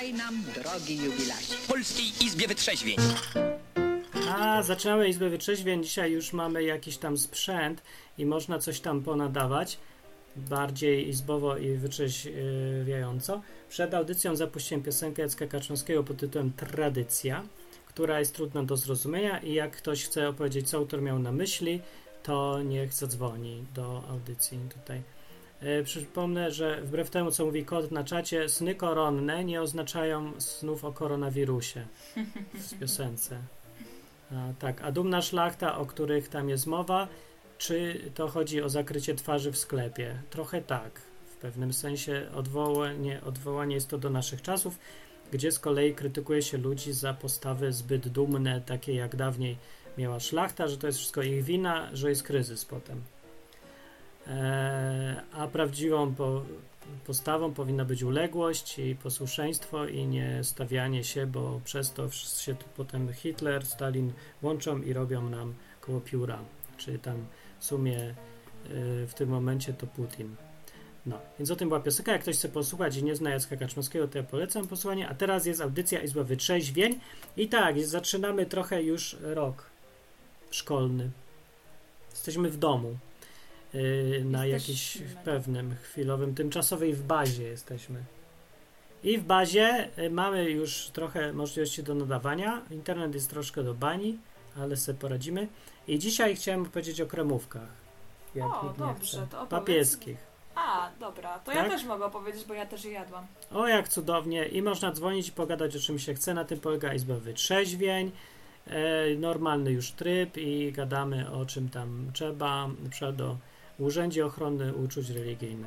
Witaj nam, drogi jubilacie. W Polskiej Izbie Wytrzeźwień. Zaczynamy Izbę Wytrzeźwień. Dzisiaj już mamy jakiś tam sprzęt i można coś tam ponadawać bardziej izbowo i wytrzeźwiająco. Przed audycją zapuściłem piosenkę Jacka Kaczmarskiego pod tytułem Tradycja, która jest trudna do zrozumienia i jak ktoś chce opowiedzieć, co autor miał na myśli, to niech zadzwoni do audycji tutaj. Przypomnę, że wbrew temu, co mówi Kot na czacie, sny koronne nie oznaczają snów o koronawirusie w piosence. A dumna szlachta, o których tam jest mowa, czy to chodzi o zakrycie twarzy w sklepie? Trochę tak. W pewnym sensie odwołanie jest to do naszych czasów, gdzie z kolei krytykuje się ludzi za postawy zbyt dumne, takie jak dawniej miała szlachta, że to jest wszystko ich wina, że jest kryzys potem. A prawdziwą postawą powinna być uległość i posłuszeństwo i nie stawianie się, bo przez to się potem Hitler, Stalin łączą i robią nam koło pióra, czy tam w sumie w tym momencie to Putin. No, więc o tym była piosenka. Jak ktoś chce posłuchać i nie zna Jacka Kaczmarskiego, to ja polecam posłuchanie. A teraz jest audycja Izba Wytrzeźwień i tak, zaczynamy trochę już rok szkolny. Jesteśmy w domu. Na jakiś pewnym, chwilowym, tymczasowej w bazie jesteśmy. I w bazie mamy już trochę możliwości do nadawania. Internet jest troszkę do bani, ale sobie poradzimy. I dzisiaj chciałem powiedzieć o kremówkach. Dobrze, to opowiedz. Papieskich. Dobra, to tak? Ja też mogę opowiedzieć, bo ja też je jadłam. O, jak cudownie. I można dzwonić i pogadać o czym się chce. Na tym polega Izba Wytrzeźwień. Normalny już tryb i gadamy o czym tam trzeba. Na przykład o Urzędzie Ochrony Uczuć Religijnych.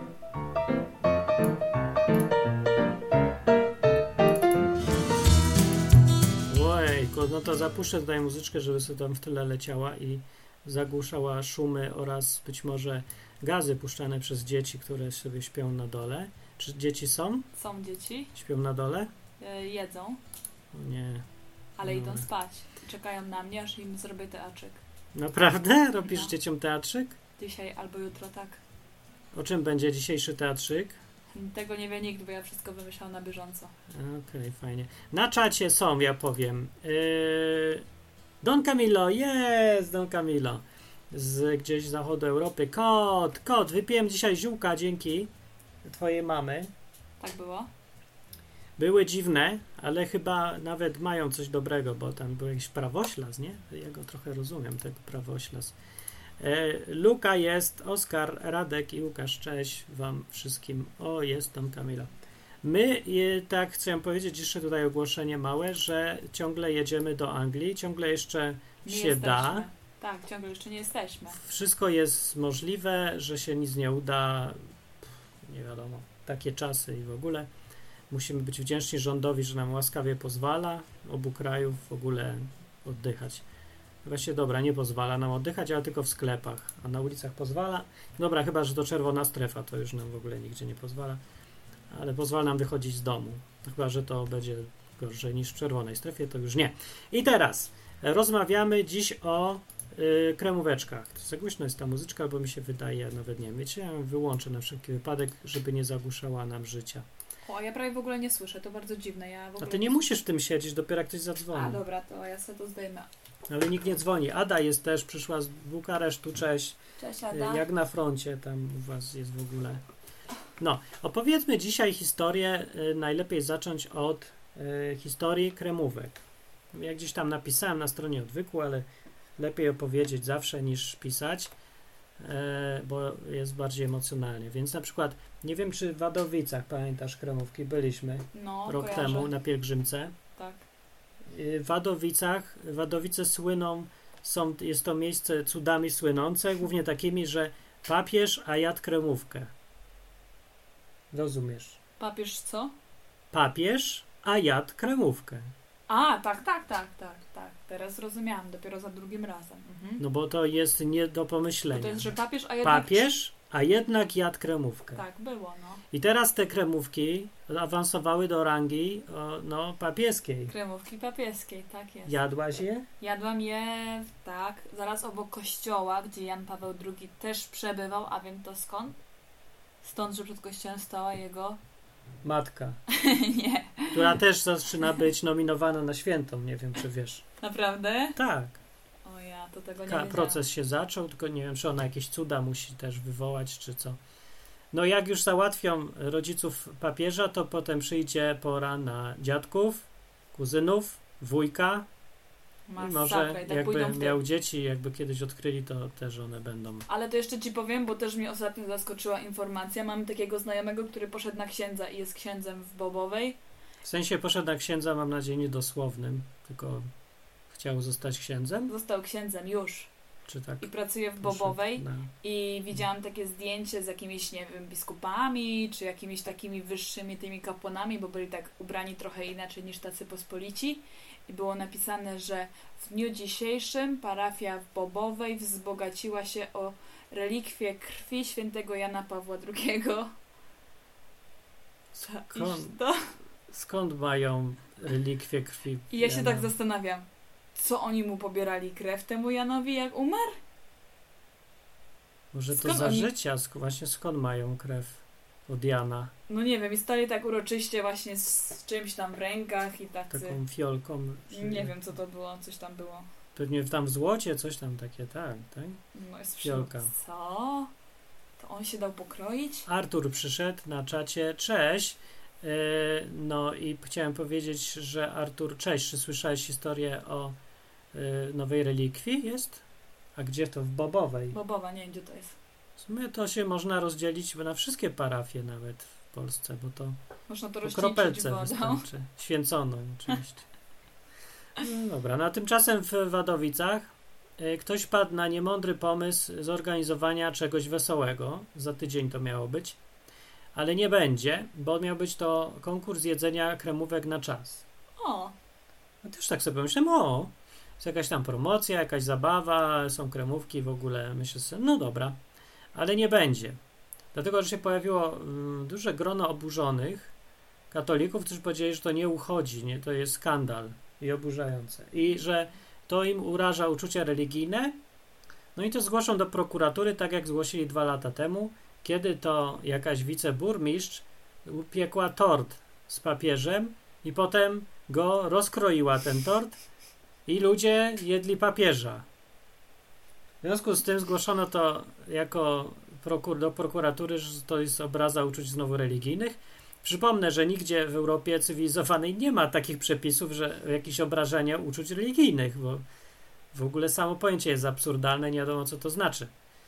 Ojejku, no to zapuszczę tutaj muzyczkę, żeby sobie tam w tyle leciała i zagłuszała szumy oraz być może gazy puszczane przez dzieci, które sobie śpią na dole. Czy dzieci są? Są dzieci. Śpią na dole? Jedzą. Nie. Ale idą spać. Czekają na mnie, aż im zrobię teatrzyk. Naprawdę? Robisz dzieciom teatrzyk? Dzisiaj albo jutro, tak. O czym będzie dzisiejszy teatrzyk? Tego nie wie nikt, bo ja wszystko wymyślałam na bieżąco. Okej, fajnie. Na czacie są, ja powiem. Don Camilo, jest Don Camilo. Z gdzieś z zachodu Europy. Kot, wypiłem dzisiaj ziółka dzięki twojej mamy. Tak było? Były dziwne, ale chyba nawet mają coś dobrego, bo tam był jakiś prawoślas, nie? Ja go trochę rozumiem, tego prawoślas. Luka jest, Oskar, Radek i Łukasz, cześć wam wszystkim. O, jest tam Kamila. My, tak chcę powiedzieć, jeszcze tutaj ogłoszenie małe, że ciągle jedziemy do Anglii, ciągle jeszcze da. Tak, ciągle jeszcze nie jesteśmy. Wszystko jest możliwe, że się nic nie uda, nie wiadomo, takie czasy i w ogóle. Musimy być wdzięczni rządowi, że nam łaskawie pozwala obu krajów w ogóle oddychać. Właśnie dobra, nie pozwala nam oddychać, ale tylko w sklepach, a na ulicach pozwala. Dobra, chyba że to czerwona strefa, to już nam w ogóle nigdzie nie pozwala, ale pozwala nam wychodzić z domu. Chyba że to będzie gorzej niż w czerwonej strefie, to już nie. I teraz rozmawiamy dziś o kremóweczkach. To za głośno jest ta muzyczka, albo mi się wydaje, nawet nie wiem, wiecie, ja ją wyłączę na wszelki wypadek, żeby nie zagłuszała nam życia. O, ja prawie w ogóle nie słyszę, to bardzo dziwne. A ty nie musisz w tym siedzieć, dopiero jak ktoś zadzwoni. A dobra, to ja sobie to zdejmę. Ale nikt nie dzwoni. Ada jest też, przyszła z Bukaresztu, cześć. Cześć Ada. Jak na froncie tam u was jest w ogóle. No, opowiedzmy dzisiaj historię, najlepiej zacząć od historii kremówek. Ja gdzieś tam napisałem na stronie odwyku, ale lepiej opowiedzieć zawsze niż pisać, bo jest bardziej emocjonalnie. Więc na przykład, nie wiem czy w Wadowicach pamiętasz kremówki, byliśmy rok temu na pielgrzymce. Tak. W Wadowice słyną, jest to miejsce cudami słynące, głównie takimi, że papież, a jadł kremówkę. Rozumiesz? Papież co? Papież, a jadł kremówkę. Tak. Teraz rozumiałam, dopiero za drugim razem. Mhm. No bo to jest nie do pomyślenia. Bo to jest, że papież, a jednak jadł kremówkę. Tak, było, no. I teraz te kremówki awansowały do rangi papieskiej. Kremówki papieskiej, tak jest. Jadłaś je? Jadłam je, tak, zaraz obok kościoła, gdzie Jan Paweł II też przebywał, a wiem to skąd? Stąd, że przed kościołem stała jego Matka, Nie. która też zaczyna być nominowana na świętą, nie wiem, czy wiesz. Naprawdę? Tak, O ja, to tego nie wiedziałam. proces się zaczął, tylko nie wiem, czy ona jakieś cuda musi też wywołać, czy co. No jak już załatwią rodziców papieża, to potem przyjdzie pora na dziadków, kuzynów, wujka i Masakra, może i tak jakby pójdą w te... miał dzieci, jakby kiedyś odkryli, to też one będą. Ale to jeszcze ci powiem, bo też mnie ostatnio zaskoczyła informacja. Mam takiego znajomego, który poszedł na księdza i jest księdzem w Bobowej. W sensie poszedł na księdza, mam nadzieję, niedosłownym, tylko chciał zostać księdzem, Został księdzem już czy tak? i pracuje w Proszę, Bobowej. no. I widziałam takie zdjęcie z jakimiś, nie wiem, biskupami, czy jakimiś takimi wyższymi tymi kapłanami, bo byli tak ubrani trochę inaczej niż tacy pospolici. I było napisane, że w dniu dzisiejszym parafia w Bobowej wzbogaciła się o relikwie krwi świętego Jana Pawła II. To... Skąd mają relikwie krwi? I ja się Jana? tak zastanawiam, co oni mu pobierali krew temu Janowi, jak umarł? Może to Skąd za oni- życia, właśnie skąd mają krew od Jana? No nie wiem, i stali tak uroczyście właśnie z czymś tam w rękach i tacy... Taką fiolką. Nie wiem, co to było, coś tam było. Pewnie tam w złocie coś tam takie, tak? No jest Fiolka. Co? To on się dał pokroić? Artur przyszedł na czacie, cześć. No i chciałem powiedzieć, że Artur, cześć, czy słyszałeś historię o nowej relikwii? Jest? A gdzie to? W Bobowej. Bobowa, nie wiem, gdzie to jest. W sumie to się można rozdzielić na wszystkie parafie nawet w Polsce, bo to Można to po rozcieńczyć kropelce wodą. wystarczy. Święconą oczywiście. No dobra, no a tymczasem w Wadowicach ktoś padł na niemądry pomysł zorganizowania czegoś wesołego. Za tydzień to miało być. Ale nie będzie, bo miał być to konkurs jedzenia kremówek na czas. O, No też tak sobie pomyślałem, jest jakaś tam promocja, jakaś zabawa, są kremówki w ogóle. Myślę sobie, no dobra, ale nie będzie. Dlatego, że się pojawiło duże grono oburzonych katolików, którzy powiedzieli, że to nie uchodzi, nie, to jest skandal i oburzające. I że to im uraża uczucia religijne. No i to zgłoszą do prokuratury, tak jak zgłosili 2 lata temu, kiedy to jakaś wiceburmistrz upiekła tort z papieżem i potem go rozkroiła, ten tort, i ludzie jedli papieża. W związku z tym zgłoszono to jako do prokuratury, że to jest obraza uczuć znowu religijnych. Przypomnę, że nigdzie w Europie cywilizowanej nie ma takich przepisów, że jakieś obrażenia uczuć religijnych, bo w ogóle samo pojęcie jest absurdalne, nie wiadomo co to znaczy.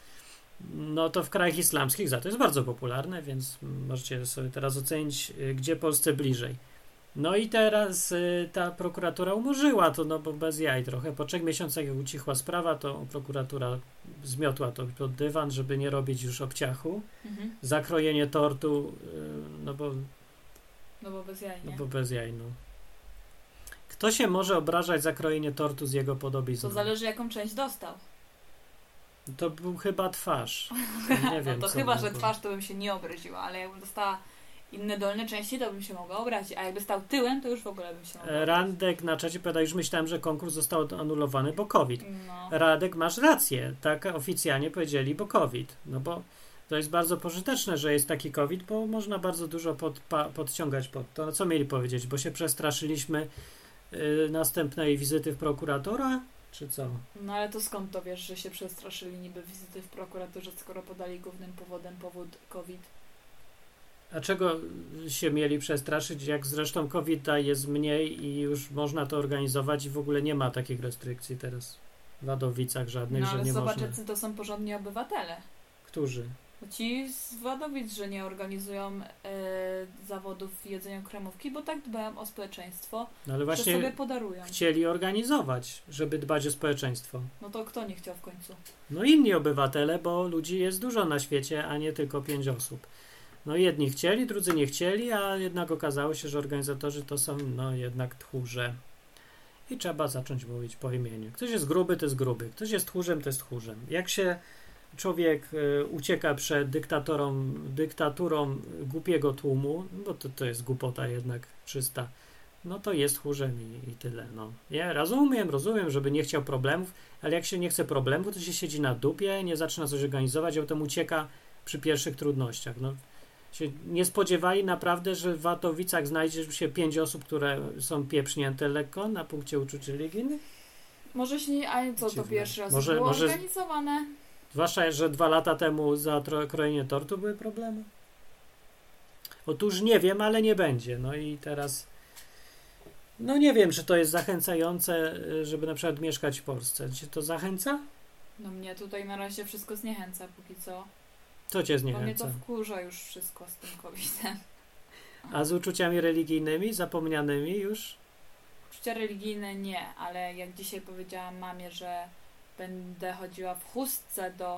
No to w krajach islamskich za to jest bardzo popularne, więc możecie sobie teraz ocenić, gdzie Polsce bliżej. No i teraz ta prokuratura umorzyła to, no bo bez jaj trochę. Po 3 miesiącach jak ucichła sprawa, to prokuratura zmiotła to pod dywan, żeby nie robić już obciachu. Zakrojenie tortu, no bo bez jaj, nie? no bo bez jaj, no. Kto się może obrażać za krojenie tortu z jego To podobizną? zależy, jaką część dostał. To był chyba twarz. Nie wiem, No to co chyba, było. że twarz to bym się nie obraziła, ale jakbym dostała inne dolne części, to bym się mogła obrazić, a jakby stał tyłem, to już w ogóle bym się mogła obrazić. Randek na czacie powiada, już myślałem, że konkurs został anulowany, bo COVID. No. Radek, masz rację. Tak oficjalnie powiedzieli, bo COVID. No bo to jest bardzo pożyteczne, że jest taki COVID, bo można bardzo dużo podciągać pod to. No co mieli powiedzieć? Bo się przestraszyliśmy następnej wizyty w prokuratora? Czy co? No ale to skąd to wiesz, że się przestraszyli niby wizyty w prokuraturze, skoro podali głównym powodem powód COVID? A czego się mieli przestraszyć, jak zresztą COVID-a jest mniej i już można to organizować i w ogóle nie ma takich restrykcji teraz w Wadowicach żadnych, No że ale nie zobacz, można. jacy to są porządni obywatele. Którzy? Ci z Wadowic, że nie organizują zawodów w jedzeniu kremówki, bo tak dbają o społeczeństwo, No ale że właśnie sobie podarują. chcieli organizować, żeby dbać o społeczeństwo. No to kto nie chciał w końcu? No inni obywatele, bo ludzi jest dużo na świecie, a nie tylko 5 osób. No jedni chcieli, drudzy nie chcieli, a jednak okazało się, że organizatorzy to są no jednak tchórze. I trzeba zacząć mówić po imieniu. Ktoś jest gruby, to jest gruby. Ktoś jest tchórzem, to jest tchórzem. Jak się człowiek ucieka przed dyktaturą głupiego tłumu, bo to jest głupota jednak czysta, no to jest tchórzem i tyle. No. Ja rozumiem, żeby nie chciał problemów, ale jak się nie chce problemów, to się siedzi na dupie, nie zaczyna coś organizować, a potem ucieka przy pierwszych trudnościach. No, się nie spodziewali naprawdę, że w Watowicach znajdzie się 5 osób, które są pieprznięte lekko na punkcie uczuć religijnych? Może się nie, ale co to Dziwne. pierwszy raz Może- było może- organizowane? Zwłaszcza, że 2 lata temu za krojenie tortu były problemy. Otóż nie wiem, ale nie będzie. No i teraz no nie wiem, czy to jest zachęcające, żeby na przykład mieszkać w Polsce. Cię to zachęca? No mnie tutaj na razie wszystko zniechęca póki co. Co cię Bo mnie to zniechęca? wkurza już wszystko z tym COVID-em. A z uczuciami religijnymi, zapomnianymi już? Uczucia religijne nie, ale jak dzisiaj powiedziałam mamie, że będę chodziła w chustce do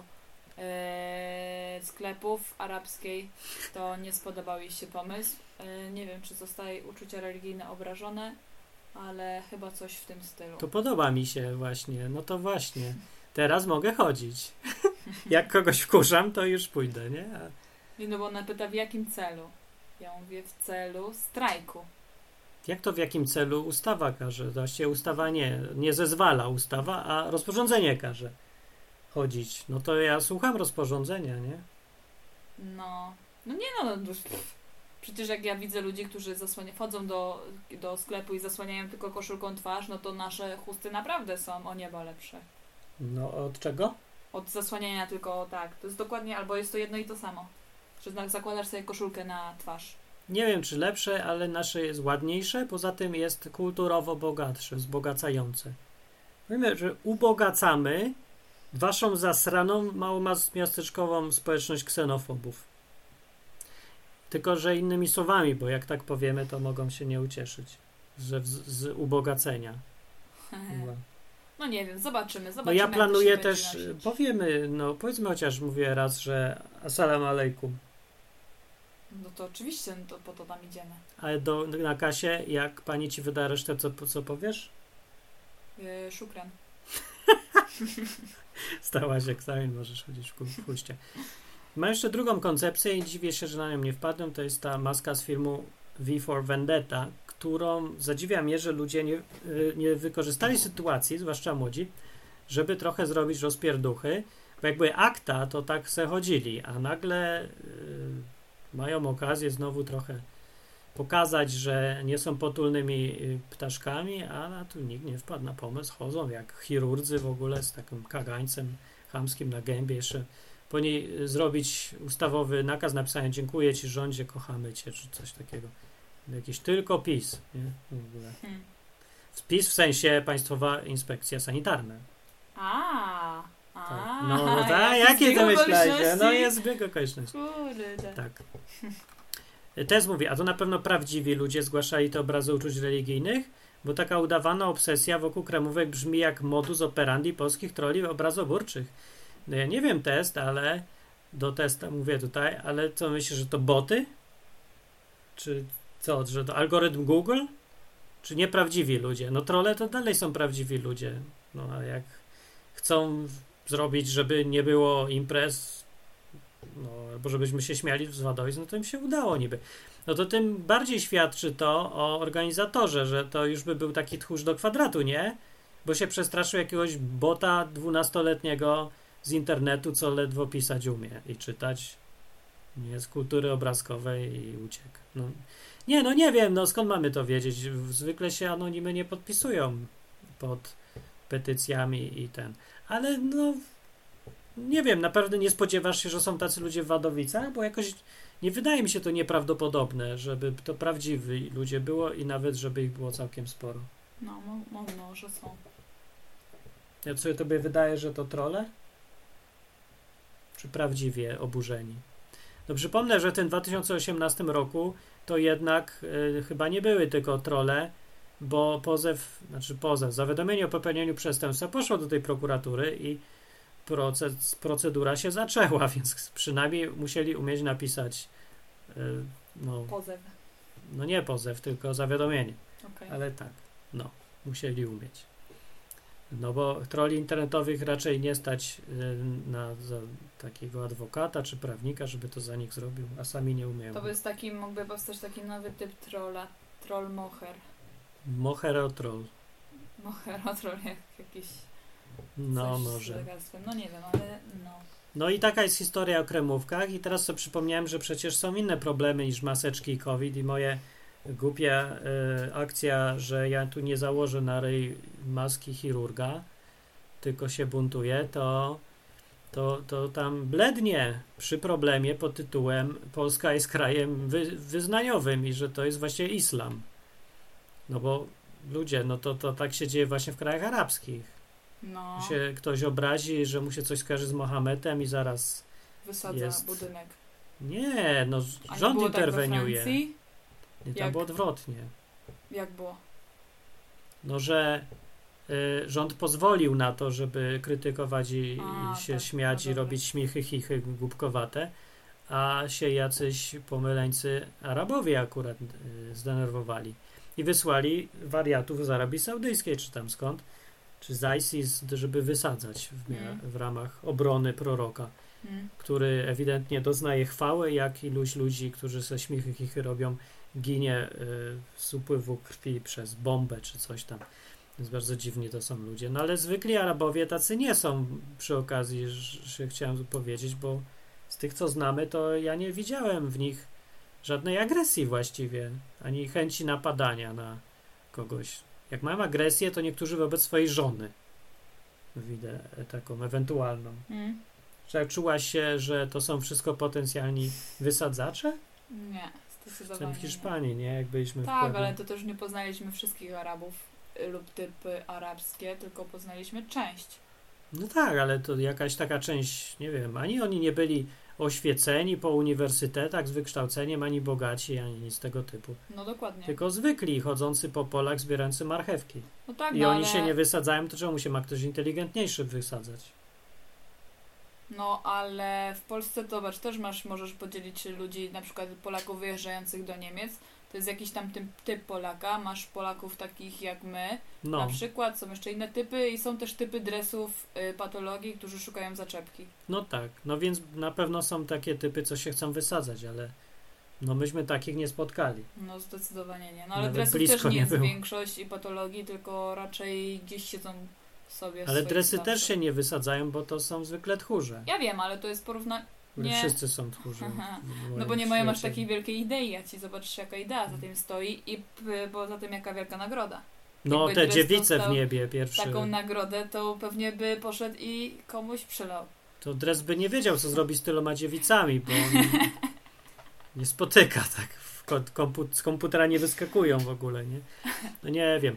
sklepów arabskiej, to nie spodobał jej się pomysł. Nie wiem, czy zostały uczucia religijne obrażone, ale chyba coś w tym stylu. To podoba mi się właśnie. No to właśnie. Teraz mogę chodzić. Jak kogoś wkurzam, to już pójdę, nie? Nie, no bo ona pyta, w jakim celu? Ja mówię, w celu strajku. Jak to w jakim celu ustawa każe? Właściwie ustawa nie zezwala ustawa, a rozporządzenie każe chodzić. No to ja słucham rozporządzenia, nie? No nie no, przecież jak ja widzę ludzi, którzy wchodzą do sklepu i zasłaniają tylko koszulką twarz, no to nasze chusty naprawdę są o nieba lepsze. No od czego? Od zasłaniania tylko tak. To jest dokładnie, albo jest to jedno i to samo. Że zakładasz sobie koszulkę na twarz. Nie wiem, czy lepsze, ale nasze jest ładniejsze. Poza tym jest kulturowo bogatsze, wzbogacające. Wiemy, że ubogacamy waszą zasraną, małomiasteczkową społeczność ksenofobów. Tylko, że innymi słowami, bo jak tak powiemy, to mogą się nie ucieszyć, że z ubogacenia. No nie wiem, zobaczymy. No ja jak to planuję się będzie też, nosić. powiemy, no powiedzmy chociaż mówię raz, że assalamu alaikum. No to oczywiście, no to po to tam idziemy. Ale na kasie, jak pani ci wyda resztę, co powiesz? Szukran. Stałaś egzamin, możesz chodzić w chuście. Ma jeszcze drugą koncepcję i dziwię się, że na nią nie wpadłem. To jest ta maska z filmu V for Vendetta, którą zadziwia mnie, że ludzie nie wykorzystali sytuacji, zwłaszcza młodzi, żeby trochę zrobić rozpierduchy, bo jakby akta, to tak se chodzili, a nagle mają okazję znowu trochę pokazać, że nie są potulnymi ptaszkami, a tu nikt nie wpadł na pomysł. Chodzą jak chirurdzy w ogóle z takim kagańcem chamskim na gębie. Jeszcze po niej zrobić ustawowy nakaz napisania dziękuję ci rządzie, kochamy cię, czy coś takiego. Jakiś tylko PiS, nie? W ogóle. PiS w sensie Państwowa Inspekcja Sanitarna. Tak. No tak, jakie to myślałeś? No jest zbieg okoliczności. Kurde. Tak. Też mówię, a to na pewno prawdziwi ludzie zgłaszali te obrazy uczuć religijnych, bo taka udawana obsesja wokół kremówek brzmi jak modus operandi polskich trolli obrazoburczych. No ja nie wiem ale do testa mówię tutaj, ale co myślisz, że to boty? Czy co, że to algorytm Google? Czy nieprawdziwi ludzie? No trolle to dalej są prawdziwi ludzie. No a jak chcą zrobić, żeby nie było imprez, no, albo żebyśmy się śmiali z Wadowic, no to im się udało niby. No to tym bardziej świadczy to o organizatorze, że to już by był taki tchórz do kwadratu, nie? Bo się przestraszył jakiegoś bota 12-letniego z internetu, co ledwo pisać umie i czytać. Nie z kultury obrazkowej i uciekł. No. Nie wiem, no skąd mamy to wiedzieć? Zwykle się anonimy nie podpisują pod petycjami i ten. Ale no nie wiem, naprawdę nie spodziewasz się, że są tacy ludzie w Wadowicach? Bo jakoś nie wydaje mi się to nieprawdopodobne, żeby to prawdziwi ludzie było i nawet, żeby ich było całkiem sporo. No, może są. Ja sobie tobie wydaje, że to trolle? Czy prawdziwie oburzeni? No przypomnę, że w tym 2018 roku to jednak chyba nie były tylko trolle, bo zawiadomienie o popełnieniu przestępstwa poszło do tej prokuratury i procedura się zaczęła, więc przynajmniej musieli umieć napisać Pozew. No nie pozew, tylko zawiadomienie. Okay. Ale tak, no, musieli umieć. No bo trolli internetowych raczej nie stać za takiego adwokata czy prawnika, żeby to za nich zrobił, a sami nie umieją. To jest mógłby powstać taki nowy typ trolla, troll moher. Moherotroll. Moherotroll jak jakiś no coś może. z lekarstwem. No nie wiem, ale no. No i taka jest historia o kremówkach i teraz sobie przypomniałem, że przecież są inne problemy niż maseczki i COVID i moje głupia akcja, że ja tu nie założę na ryj maski chirurga, tylko się buntuje, to tam blednie przy problemie pod tytułem Polska jest krajem wyznaniowym i że to jest właśnie islam. No bo ludzie, no to tak się dzieje właśnie w krajach arabskich. No, Się ktoś obrazi, że mu się coś skojarzy z Mohamedem i zaraz wysadza jest. budynek. nie, no A nie rząd było tak we interweniuje. Francji? Nie, tam Jak? było odwrotnie. Jak było? No, że rząd pozwolił na to, żeby krytykować i się tak, śmiać no i dobra. robić śmiechy, chichy głupkowate, a się jacyś pomyleńcy Arabowie akurat zdenerwowali i wysłali wariatów z Arabii Saudyjskiej, czy tam skąd, czy z ISIS, żeby wysadzać w ramach obrony proroka, który ewidentnie doznaje chwały, jak iluś ludzi, którzy se śmichy, chichy robią, ginie z upływu krwi przez bombę, czy coś tam. Więc bardzo dziwni to są ludzie. No ale zwykli Arabowie tacy nie są, przy okazji, że chciałem powiedzieć, bo z tych, co znamy, to ja nie widziałem w nich żadnej agresji właściwie, ani chęci napadania na kogoś. Jak mam agresję, to niektórzy wobec swojej żony. Widzę taką ewentualną. Czy jak czułaś się, że to są wszystko potencjalni wysadzacze? Nie, Jestem zdecydowanie w Hiszpanii, nie? Jak byliśmy w Tak, Pueblo. ale to też nie poznaliśmy wszystkich Arabów lub typy arabskie, tylko poznaliśmy część. No tak, ale to jakaś taka część, nie wiem, ani oni nie byli oświeceni po uniwersytetach z wykształceniem, ani bogaci, ani nic tego typu. No dokładnie. Tylko zwykli, chodzący po polach, zbierający marchewki. No tak, I no, oni ale... się nie wysadzają, to czemu się ma ktoś inteligentniejszy wysadzać? No, ale w Polsce, zobacz, też możesz podzielić ludzi, na przykład Polaków wyjeżdżających do Niemiec. To jest jakiś tam typ Polaka. Masz Polaków takich jak my. No, Na przykład są jeszcze inne typy i są też typy dresów patologii, którzy szukają zaczepki. no tak. No więc na pewno są takie typy, co się chcą wysadzać, ale no myśmy takich nie spotkali. No zdecydowanie nie. No ale Nawet dresów blisko też nie nie jest było. większość i patologii, tylko raczej gdzieś siedzą sobie w Ale swoich dresy zbawcach. też się nie wysadzają, bo to są zwykle tchórze. Ja wiem, ale to jest porównanie. Nie. Wszyscy są tchórze. Aha. Moi No bo nie mają aż przyjaciele. takiej wielkiej idei, ja ci zobaczysz jaka idea za tym stoi i poza tym jaka wielka nagroda. No jakby te dres dziewice w dostał niebie pierwszy. Taką nagrodę to pewnie by poszedł i komuś przylał. To dres by nie wiedział, co zrobić z tyloma dziewicami, bo on nie spotyka tak. Z komputera nie wyskakują w ogóle, nie? No nie wiem.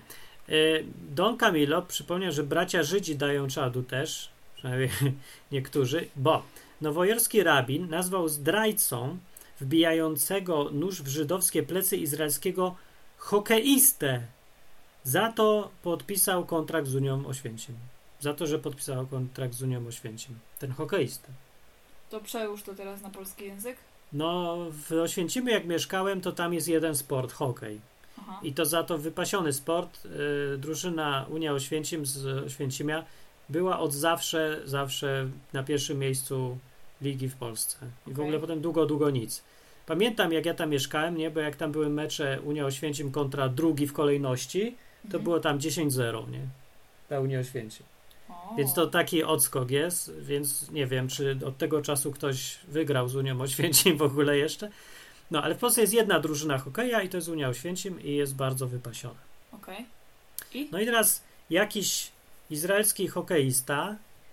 Don Camillo przypomniał, że bracia Żydzi dają czadu też, przynajmniej niektórzy, bo nowojorski rabin nazwał zdrajcą wbijającego nóż w żydowskie plecy izraelskiego hokeistę. Za to podpisał kontrakt z Unią Oświęcim. Za to, że podpisał kontrakt z Unią Oświęcim. Ten hokeista. To przełóż to teraz na polski język. No, w Oświęcimiu jak mieszkałem, to tam jest jeden sport, hokej. Aha. I to za to wypasiony sport. Drużyna Unia Oświęcim z Oświęcimia była od zawsze na pierwszym miejscu ligi w Polsce. I w Okej. ogóle potem długo nic. Pamiętam, jak ja tam mieszkałem, nie? Bo jak tam były mecze Unia Oświęcim kontra drugi w kolejności, to było tam 10-0, nie? Ta Unia Oświęcim. O. Więc to taki odskok jest, więc nie wiem, czy od tego czasu ktoś wygrał z Unią Oświęcim w ogóle jeszcze. No, ale w Polsce jest jedna drużyna hokeja i to jest Unia Oświęcim i jest bardzo wypasiona. Okej. No i teraz jakiś izraelski hokeista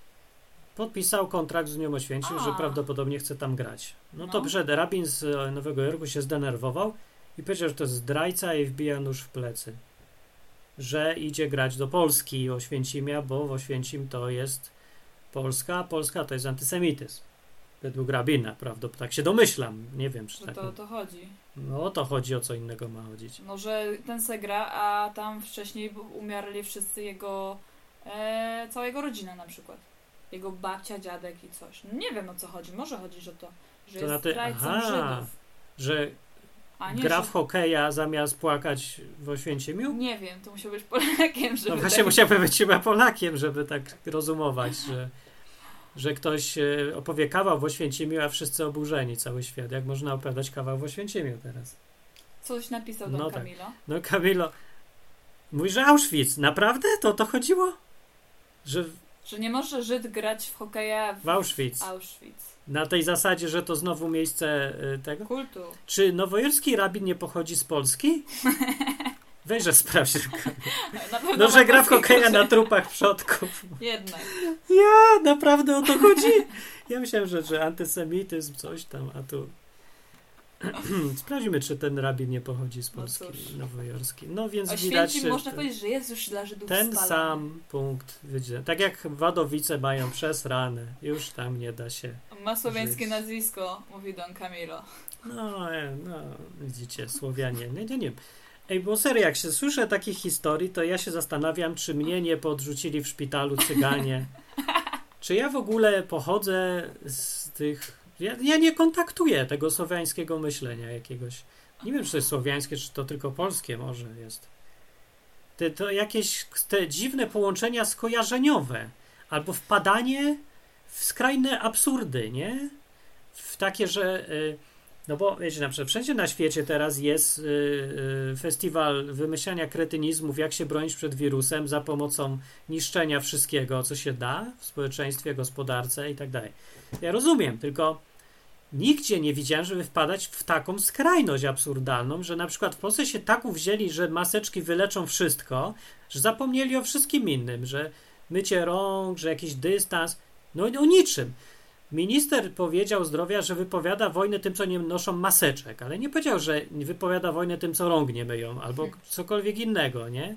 podpisał kontrakt z Unią Oświęcim, że prawdopodobnie chce tam grać. No to rabin z Nowego Jorku się zdenerwował i powiedział, że to jest zdrajca i wbija nóż w plecy. Że idzie grać do Polski Oświęcimia, bo w Oświęcim to jest Polska, a Polska to jest antysemityzm. Według rabina, prawda? Tak się domyślam. Nie wiem, czy Że tak. to o to chodzi. No o to chodzi, o co innego ma chodzić. No, że ten se gra, a tam wcześniej umierali wszyscy jego cała jego rodzina na przykład. Jego babcia, dziadek i coś. No, nie wiem o co chodzi. Może chodzić o to, że To na jest ty- zdrajcą aha. Żydów. Że A nie, gra że... w hokeja zamiast płakać w Oświęcimiu? Nie wiem, to musiał być Polakiem, żeby No właśnie tak... musiałby być chyba Polakiem, żeby tak rozumować, że ktoś opowie kawał w Oświęcimiu, a wszyscy oburzeni, cały świat. Jak można opowiadać kawał w Oświęcimiu teraz? Coś napisał No Don tak. Camillo. No Camillo, mówi, że Auschwitz. Naprawdę? To o to chodziło? Że Że nie może Żyd grać w hokeja w Auschwitz. Na tej zasadzie, że to znowu miejsce tego? Kultu. Czy nowojorski rabin nie pochodzi z Polski? Weź, że sprawdź. No, że gra w hokeja na trupach przodków. Jednak. Ja, naprawdę o to chodzi? Ja myślałem, że antysemityzm, coś tam, a tu... Sprawdźmy, czy ten rabin nie pochodzi z Polski nowojorskiej. No więc o widać... Święcim można powiedzieć, że jest już dla Żydów ten spalony. sam punkt, wiecie, tak jak Wadowice mają przesrane, już tam nie da się Ma słowiańskie żyć. nazwisko, mówi Don Camilo. No, widzicie, Słowianie, nie. Ej, bo serio, jak się słyszę takich historii, to ja się zastanawiam, czy mnie nie podrzucili w szpitalu cyganie. Czy ja w ogóle pochodzę z tych... Ja nie kontaktuję tego słowiańskiego myślenia jakiegoś. Nie wiem, czy to jest słowiańskie, czy to tylko polskie może jest. To jakieś te dziwne połączenia skojarzeniowe. Albo wpadanie w skrajne absurdy, nie? W takie, że... No bo wiecie, na przykład wszędzie na świecie teraz jest festiwal wymyślania kretynizmów, jak się bronić przed wirusem za pomocą niszczenia wszystkiego, co się da w społeczeństwie, gospodarce i tak dalej. Ja rozumiem, tylko nigdzie nie widziałem, żeby wpadać w taką skrajność absurdalną, że na przykład w Polsce się tak uwzięli, że maseczki wyleczą wszystko, że zapomnieli o wszystkim innym, że mycie rąk, że jakiś dystans, no o niczym. Minister powiedział zdrowia, że wypowiada wojnę tym, co nie noszą maseczek, ale nie powiedział, że wypowiada wojnę tym, co rąk nie myją, albo cokolwiek innego, nie?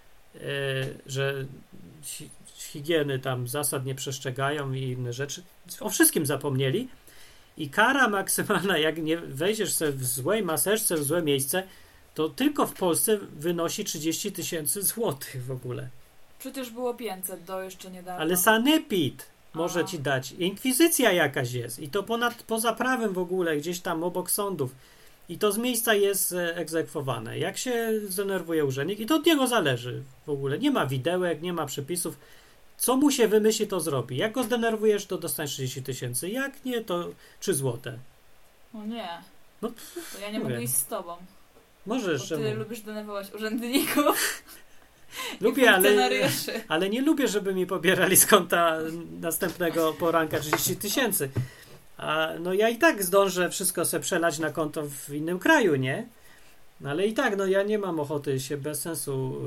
Że higieny tam zasad nie przestrzegają i inne rzeczy. O wszystkim zapomnieli. I kara maksymalna, jak nie wejdziesz sobie w złej maseczce, w złe miejsce, to tylko w Polsce wynosi 30 000 złotych w ogóle. Przecież było 500 do jeszcze niedawno. Ale sanepid może ci dać. Inkwizycja jakaś jest. I to poza prawem w ogóle, gdzieś tam obok sądów. I to z miejsca jest egzekwowane. Jak się zdenerwuje urzędnik, i to od niego zależy w ogóle. Nie ma widełek, nie ma przepisów. Co mu się wymyśli, to zrobi. Jak go zdenerwujesz, to dostaniesz 30 000. Jak nie, to 3 złote. O nie. No, to ja nie mogę iść z tobą. Możesz. Bo ty lubisz denerwować urzędników. Lubię, ale nie lubię, żeby mi pobierali z konta następnego poranka 30 000. No ja i tak zdążę wszystko sobie przelać na konto w innym kraju, nie? No ale i tak, no ja nie mam ochoty się bez sensu,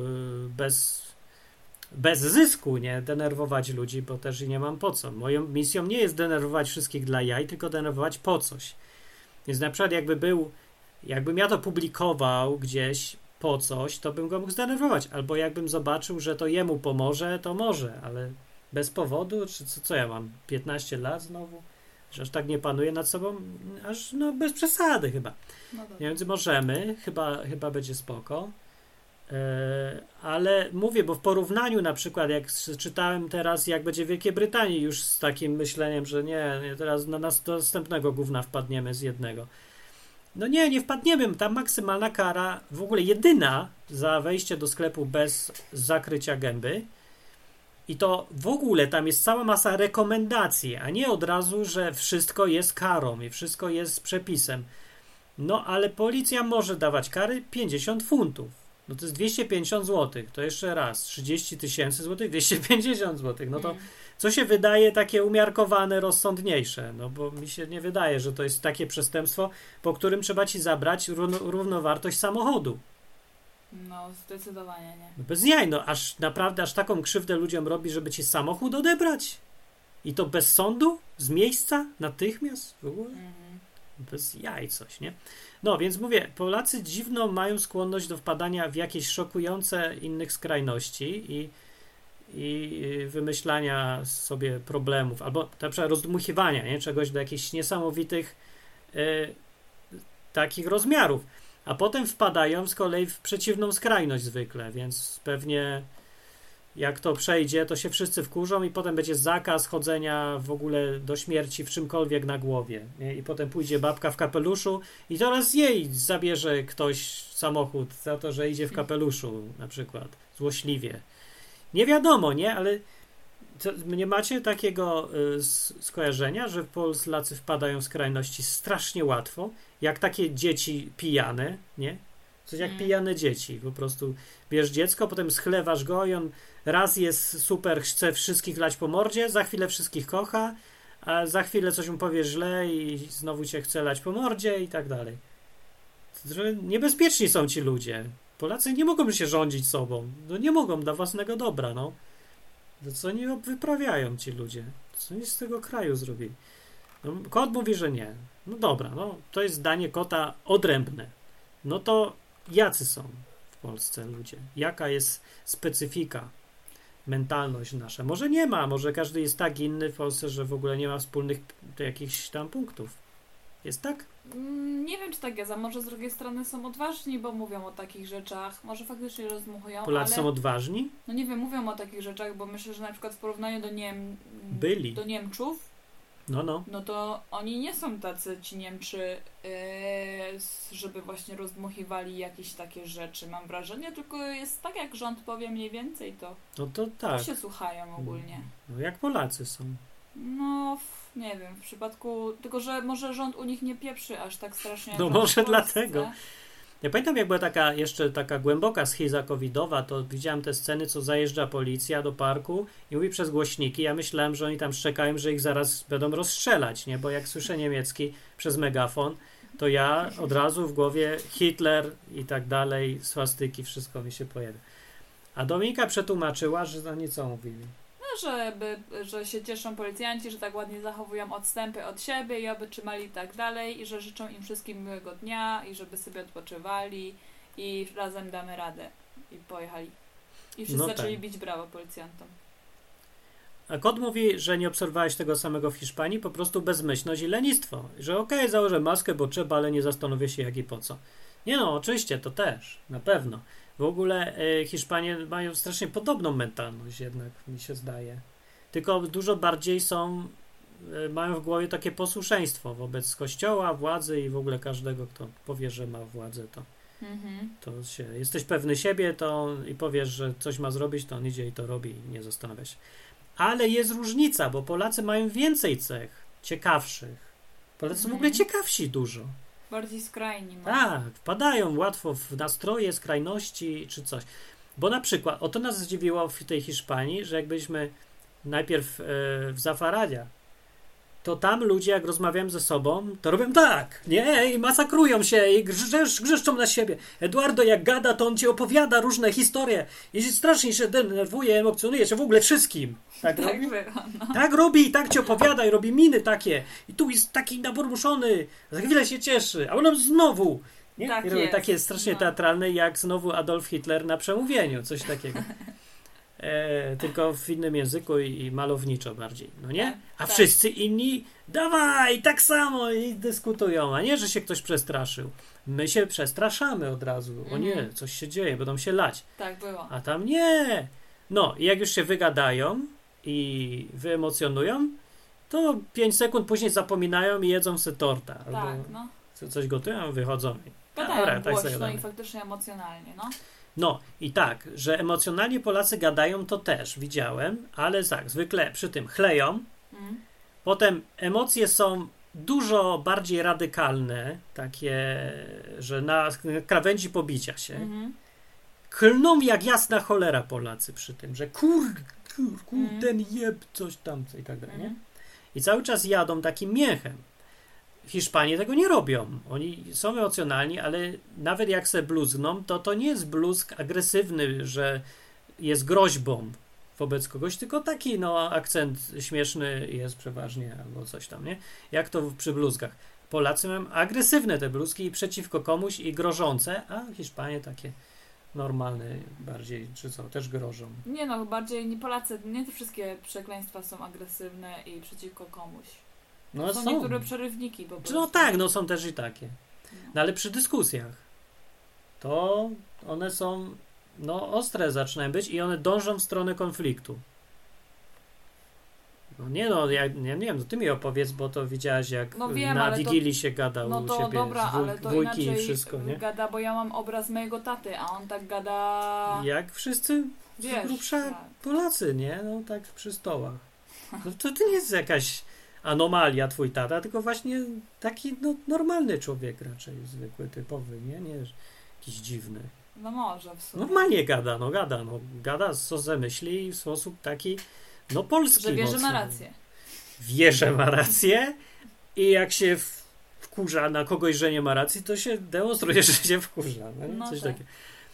bez zysku, nie? Denerwować ludzi, bo też i nie mam po co. Moją misją nie jest denerwować wszystkich dla jaj, tylko denerwować po coś. Więc na przykład jakbym ja to publikował gdzieś po coś, to bym go mógł zdenerwować. Albo jakbym zobaczył, że to jemu pomoże, to może, ale bez powodu, czy co ja mam? 15 lat znowu? Że aż tak nie panuję nad sobą? Aż bez przesady chyba. No więc możemy, chyba będzie spoko. Ale mówię, bo w porównaniu na przykład, jak czytałem teraz, jak będzie w Wielkiej Brytanii już z takim myśleniem, że nie teraz na następnego gówna wpadniemy z jednego. No nie wpadniemy. Ta maksymalna kara, w ogóle jedyna za wejście do sklepu bez zakrycia gęby. I to w ogóle tam jest cała masa rekomendacji, a nie od razu, że wszystko jest karą i wszystko jest przepisem. No ale policja może dawać kary 50 funtów. No to jest 250 zł. To jeszcze raz 30 000 zł, 250 zł. No to co się wydaje takie umiarkowane, rozsądniejsze? No bo mi się nie wydaje, że to jest takie przestępstwo, po którym trzeba ci zabrać równowartość samochodu. No, zdecydowanie nie. Bez jaj, aż taką krzywdę ludziom robi, żeby ci samochód odebrać? I to bez sądu? Z miejsca? Natychmiast? W ogóle? Bez jaj coś, nie? No, więc mówię, Polacy dziwno mają skłonność do wpadania w jakieś szokujące innych skrajności i wymyślania sobie problemów, albo na przykład rozdmuchiwania czegoś do jakichś niesamowitych takich rozmiarów. A potem wpadają z kolei w przeciwną skrajność zwykle, więc pewnie jak to przejdzie, to się wszyscy wkurzą i potem będzie zakaz chodzenia w ogóle do śmierci w czymkolwiek na głowie. Nie? I potem pójdzie babka w kapeluszu i teraz jej zabierze ktoś samochód za to, że idzie w kapeluszu na przykład, złośliwie. Nie wiadomo, nie? Ale nie macie takiego skojarzenia, że Polacy wpadają w skrajności strasznie łatwo, jak takie dzieci pijane, nie? Coś jak pijane dzieci. Po prostu bierz dziecko, potem schlewasz go i on raz jest super, chce wszystkich lać po mordzie, za chwilę wszystkich kocha, a za chwilę coś mu powie źle i znowu cię chce lać po mordzie i tak dalej. Że niebezpieczni są ci ludzie. Polacy nie mogą się rządzić sobą. No nie mogą dla własnego dobra, no. To co oni wyprawiają ci ludzie? Co oni z tego kraju zrobili? No, kot mówi, że nie. No dobra, no to jest zdanie kota odrębne. No to jacy są w Polsce ludzie? Jaka jest specyfika, mentalność nasza? Może nie ma, może każdy jest tak inny w Polsce, że w ogóle nie ma wspólnych jakichś tam punktów. Jest tak? Nie wiem, czy tak jest, a może z drugiej strony są odważni, bo mówią o takich rzeczach. Może faktycznie rozdmuchują, Polacy ale... są odważni? No nie wiem, mówią o takich rzeczach, bo myślę, że na przykład w porównaniu Byli. do Niemców, no to oni nie są tacy, ci Niemczy, żeby właśnie rozdmuchiwali jakieś takie rzeczy, mam wrażenie, tylko jest tak, jak rząd powie mniej więcej, to, No to tak. to się słuchają ogólnie. No jak Polacy są. No, nie wiem, w przypadku, tylko że może rząd u nich nie pieprzy aż tak strasznie. No jak może w Polsce. dlatego. Ja pamiętam, jak była jeszcze taka głęboka schiza covidowa, to widziałem te sceny, co zajeżdża policja do parku i mówi przez głośniki. Ja myślałem, że oni tam szczekają, że ich zaraz będą rozstrzelać, nie? Bo jak słyszę niemiecki przez megafon, to ja od razu w głowie Hitler i tak dalej, swastyki, wszystko mi się pojawia. A Dominika przetłumaczyła, że oni co mówili? No, że się cieszą policjanci, że tak ładnie zachowują odstępy od siebie i oby trzymali tak dalej i że życzą im wszystkim miłego dnia i żeby sobie odpoczywali i razem damy radę. I pojechali. I wszyscy zaczęli bić brawo policjantom. A kot mówi, że nie obserwowałeś tego samego w Hiszpanii, po prostu bezmyślność i lenistwo. Że okej, założę maskę, bo trzeba, ale nie zastanowię się jak i po co. Nie no, oczywiście, to też, na pewno. W ogóle Hiszpanie mają strasznie podobną mentalność jednak, mi się zdaje. Tylko dużo bardziej mają w głowie takie posłuszeństwo wobec kościoła, władzy i w ogóle każdego, kto powie, że ma władzę, to jesteś pewny siebie i powiesz, że coś ma zrobić, to on idzie i to robi i nie zastanawia się. Ale jest różnica, bo Polacy mają więcej cech ciekawszych. Polacy są w ogóle ciekawsi dużo. Bardziej skrajni. Tak, wpadają łatwo w nastroje, skrajności czy coś. Bo na przykład, to nas zdziwiło w tej Hiszpanii, że jak byliśmy najpierw w Zafaradzie, to tam ludzie, jak rozmawiałem ze sobą, to robią tak, nie? I masakrują się i grzeszczą na siebie. Eduardo jak gada, to on ci opowiada różne historie i strasznie się denerwuje, emocjonuje się w ogóle wszystkim. Tak robi? Tak robi i tak ci opowiada i robi miny takie. I tu jest taki naburmuszony, za chwilę się cieszy, a on znowu. Nie? Tak I robi jest. takie strasznie teatralne, jak znowu Adolf Hitler na przemówieniu, coś takiego. Tylko w innym języku i malowniczo bardziej, no nie? A wszyscy inni, dawaj, tak samo i dyskutują, a nie, że się ktoś przestraszył. My się przestraszamy od razu. O nie, coś się dzieje, będą się lać. Tak było. A tam nie. No, i jak już się wygadają i wyemocjonują, to 5 sekund później zapominają i jedzą se torta. Tak, albo coś gotują, wychodzą. Gadają głośno i faktycznie emocjonalnie, no. No i tak, że emocjonalnie Polacy gadają, to też widziałem, ale tak, zwykle przy tym chleją. Potem emocje są dużo bardziej radykalne, takie, że na krawędzi pobicia się. Klną jak jasna cholera Polacy przy tym, że ten jeb, coś tam, i tak dalej, nie? I cały czas jadą takim mięchem. Hiszpanie tego nie robią. Oni są emocjonalni, ale nawet jak se bluzgną, to nie jest bluzg agresywny, że jest groźbą wobec kogoś, tylko taki akcent śmieszny jest przeważnie albo coś tam, nie? Jak to przy bluzgach. Polacy mają agresywne te bluzgi i przeciwko komuś i grożące, a Hiszpanie takie normalne bardziej, czy co, też grożą. Nie no, bardziej nie Polacy, nie te wszystkie przekleństwa są agresywne i przeciwko komuś. No, są niektóre przerywniki po prostu. No tak, są też i takie. No ale przy dyskusjach to one są ostre zaczynają być i one dążą w stronę konfliktu. Ja nie wiem, ty mi opowiedz, bo to widziałaś jak wiem, na Wigilii się gadał u siebie dobra, ale to wujki inaczej i wszystko, nie? Gada, bo ja mam obraz mojego taty, a on tak gada... Jak wszyscy z grubsza Polacy, nie? No tak przy stołach. No to nie jest jakaś anomalia twój tata, tylko właśnie taki normalny człowiek raczej, zwykły, typowy, nie? jakiś dziwny. No może w sumie. Normalnie gada, gada co zamyśli i w sposób taki, polski. Że wie, że mocno. ma rację. Wie, że ma rację i jak się wkurza na kogoś, że nie ma racji, to się demonstruje, że się wkurza. No, coś tak. takiego.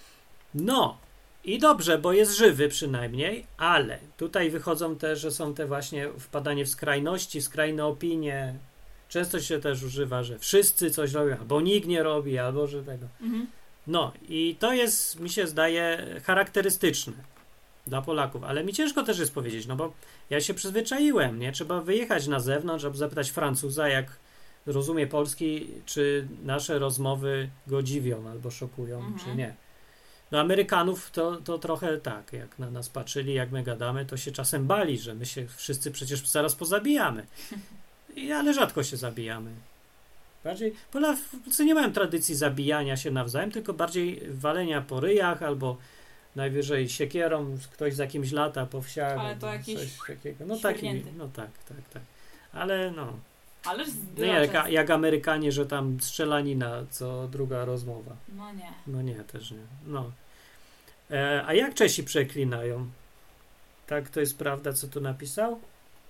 No i dobrze, bo jest żywy przynajmniej, ale tutaj wychodzą te, że są te właśnie wpadanie w skrajności, w skrajne opinie. Często się też używa, że wszyscy coś robią, albo nikt nie robi, albo że tego. No i to jest, mi się zdaje, charakterystyczne dla Polaków, ale mi ciężko też jest powiedzieć, bo ja się przyzwyczaiłem, nie? Trzeba wyjechać na zewnątrz, żeby zapytać Francuza, jak rozumie polski, czy nasze rozmowy go dziwią albo szokują, czy nie. No Amerykanów to trochę tak, jak na nas patrzyli, jak my gadamy, to się czasem bali, że my się wszyscy przecież zaraz pozabijamy. Ale rzadko się zabijamy. Bardziej Polacy nie mają tradycji zabijania się nawzajem, tylko bardziej walenia po ryjach albo najwyżej siekierą, ktoś z jakimś lata po wsiach. Ale to jakiś coś takiego. Tak. Ale Ależ nie, jak Amerykanie, że tam strzelanina co druga rozmowa. No nie. No nie, też nie. No. A jak Czesi przeklinają? Tak, to jest prawda, co tu napisał?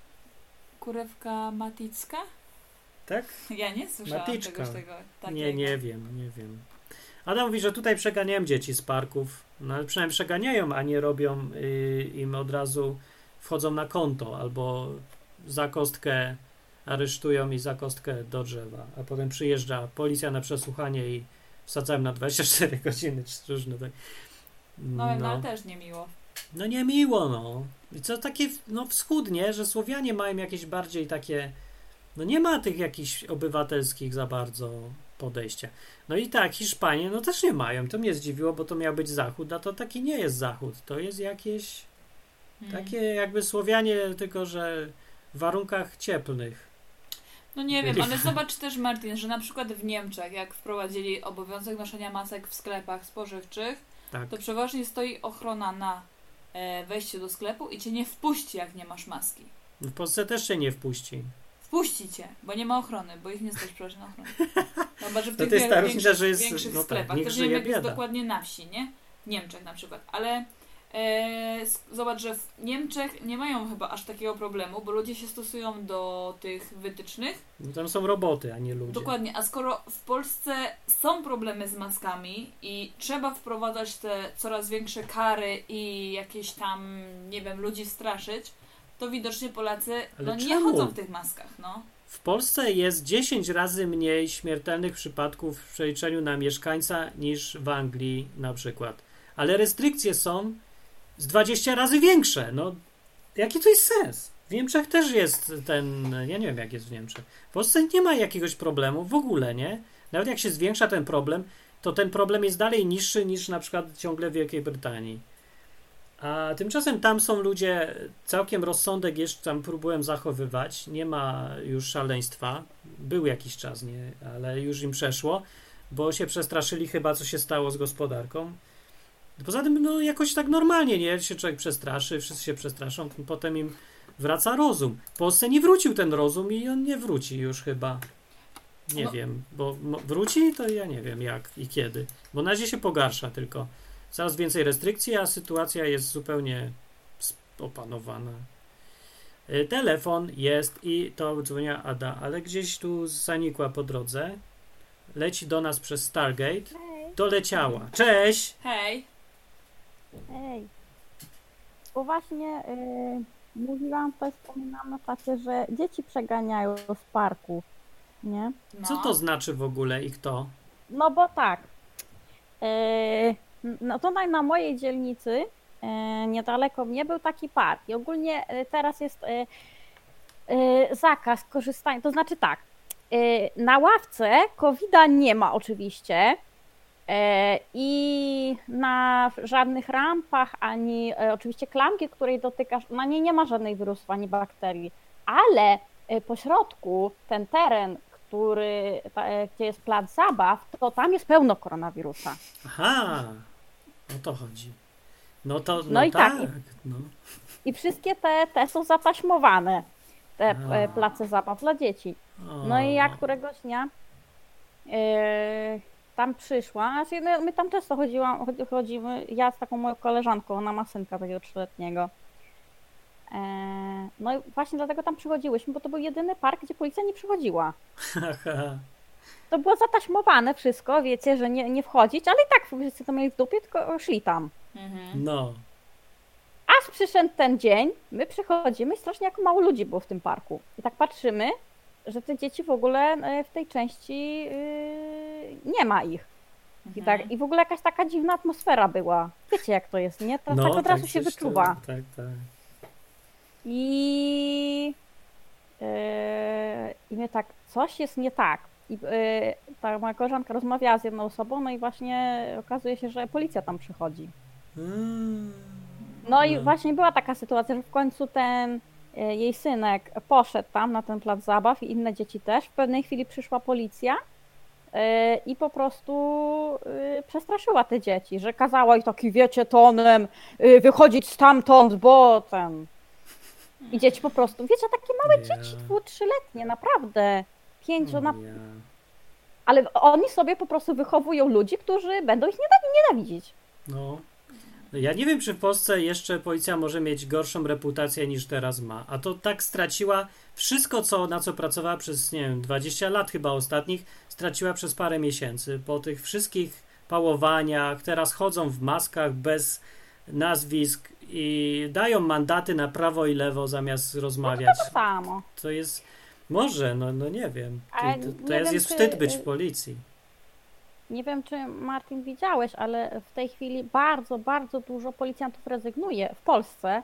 Kurewka Maticka? Tak? Ja nie słyszałam Maticzka. tego takiego. Nie wiem. Adam mówi, że tutaj przeganiają dzieci z parków, ale przynajmniej przeganiają, a nie robią im od razu, wchodzą na konto albo za kostkę aresztują i za kostkę do drzewa, a potem przyjeżdża policja na przesłuchanie i wsadzają na 24 godziny, czy różne tak. No ale też niemiło. No niemiło, I co takie, wschódnie, że Słowianie mają jakieś bardziej takie, nie ma tych jakichś obywatelskich za bardzo podejścia. No i tak, Hiszpanie, też nie mają. To mnie zdziwiło, bo to miał być Zachód, a to taki nie jest Zachód. To jest jakieś takie jakby Słowianie, tylko że w warunkach cieplnych. No nie wiem, ale zobacz też, Martin, że na przykład w Niemczech, jak wprowadzili obowiązek noszenia masek w sklepach spożywczych, Tak. to przeważnie stoi ochrona na wejściu do sklepu i cię nie wpuści, jak nie masz maski. W Polsce też się nie wpuści. Wpuści cię, bo nie ma ochrony, bo ich nie stać proszę na ochronę. Chyba, że w To tych jest ta różnica, że jest, większych tak, sklepach. niech Też nie wiem, żyje jak jest bieda. dokładnie na wsi, nie? W Niemczech na przykład. Ale zobacz, że w Niemczech nie mają chyba aż takiego problemu, bo ludzie się stosują do tych wytycznych. Tam są roboty, a nie ludzie. Dokładnie, a skoro w Polsce są problemy z maskami i trzeba wprowadzać te coraz większe kary i jakieś tam, nie wiem, ludzi straszyć, to widocznie Polacy nie chodzą w tych maskach, W Polsce jest 10 razy mniej śmiertelnych przypadków w przeliczeniu na mieszkańca niż w Anglii na przykład. Ale restrykcje są z 20 razy większe. Jaki to jest sens? W Niemczech też jest ja nie wiem jak jest w Niemczech. W Polsce nie ma jakiegoś problemu w ogóle, nie? Nawet jak się zwiększa ten problem, to ten problem jest dalej niższy niż na przykład ciągle w Wielkiej Brytanii. A tymczasem tam są ludzie, całkiem rozsądek jeszcze tam próbują zachowywać, nie ma już szaleństwa, był jakiś czas, nie, ale już im przeszło, bo się przestraszyli chyba, co się stało z gospodarką. Poza tym, jakoś tak normalnie, nie, się człowiek przestraszy, wszyscy się przestraszą, potem im wraca rozum. W Polsce nie wrócił ten rozum i on nie wróci już chyba. Nie wiem, bo wróci, to ja nie wiem jak i kiedy, bo na razie się pogarsza tylko. Coraz więcej restrykcji, a sytuacja jest zupełnie opanowana. Telefon jest i to dzwonia Ada, ale gdzieś tu zanikła po drodze. Leci do nas przez Stargate. Hej. Doleciała. Cześć! Hej! Hej. Bo właśnie mówiłam, to wspominałam na czacie, że dzieci przeganiają z parków, nie? Co to znaczy w ogóle i kto? No bo tak. No tutaj na mojej dzielnicy, niedaleko mnie, był taki park i ogólnie teraz jest zakaz korzystania, to znaczy tak, na ławce COVID-a nie ma oczywiście i na żadnych rampach, ani oczywiście klamki, której dotykasz, na niej nie ma żadnych wirusów ani bakterii, ale po środku ten teren, gdzie jest plac zabaw, to tam jest pełno koronawirusa. Aha, o to chodzi. No i tak. No. I wszystkie te są zataśmowane, te place zabaw dla dzieci. No i ja któregoś dnia tam przyszła, znaczy, no, my tam często chodzimy, ja z taką moją koleżanką, ona ma synka takiego 3-letniego. No i właśnie dlatego tam przychodziłyśmy, bo to był jedyny park, gdzie policja nie przychodziła. To było zataśmowane wszystko, wiecie, że nie wchodzić, ale i tak wszyscy to mieli w dupie, tylko szli tam. No. Aż przyszedł ten dzień, my przychodzimy i strasznie jak mało ludzi było w tym parku. I tak patrzymy, że te dzieci w ogóle w tej części nie ma ich. I w ogóle jakaś taka dziwna atmosfera była. Wiecie jak to jest, nie? To tak od razu się wyczuwa. Tak. I mnie tak, coś jest nie tak. I ta moja koleżanka rozmawiała z jedną osobą, no i właśnie okazuje się, że policja tam przychodzi. No i właśnie była taka sytuacja, że w końcu ten jej synek poszedł tam na ten plac zabaw i inne dzieci też. W pewnej chwili przyszła policja i po prostu przestraszyła te dzieci, że kazała ich taki, wiecie, tonem wychodzić stamtąd, bo tam... I dzieci po prostu, wiecie, takie małe dzieci, 2-3-letnie, naprawdę. 5, ale oni sobie po prostu wychowują ludzi, którzy będą ich nienawidzić. No. Ja nie wiem, czy w Polsce jeszcze policja może mieć gorszą reputację niż teraz ma. A to tak straciła wszystko, na co pracowała przez, nie wiem, 20 lat chyba ostatnich, straciła przez parę miesięcy. Po tych wszystkich pałowaniach, teraz chodzą w maskach bez nazwisk i dają mandaty na prawo i lewo zamiast rozmawiać. To samo. To jest... Może, no nie wiem. To nie jest wiem, wstyd być w policji. Nie wiem, czy Martin widziałeś, ale w tej chwili bardzo, bardzo dużo policjantów rezygnuje w Polsce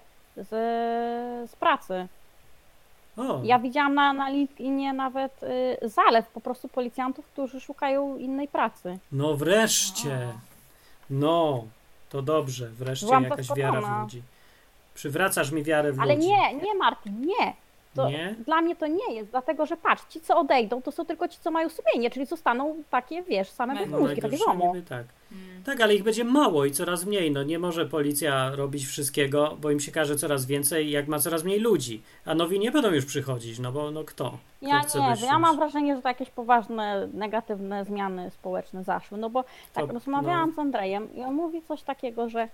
z pracy. O. Ja widziałam na LinkedInie nawet zalew po prostu policjantów, którzy szukają innej pracy. No wreszcie. No, to dobrze. Wreszcie Byłam jakaś zaskoczona. wiara w ludzi. Przywracasz mi wiarę w Ale ludzi. nie Martin, nie. To Nie? Dla mnie to nie jest, dlatego że patrz, ci co odejdą, to są tylko ci, co mają sumienie, czyli zostaną takie, wiesz, same bezmózgi, takie żomo. Tak. Tak, ale ich będzie mało i coraz mniej. No nie może policja robić wszystkiego, bo im się każe coraz więcej, jak ma coraz mniej ludzi. A nowi nie będą już przychodzić, no bo no kto? Ja chce nie być wiem, ja mam wrażenie, że to jakieś poważne, negatywne zmiany społeczne zaszły, no bo tak rozmawiałam z Andrejem i on mówi coś takiego, że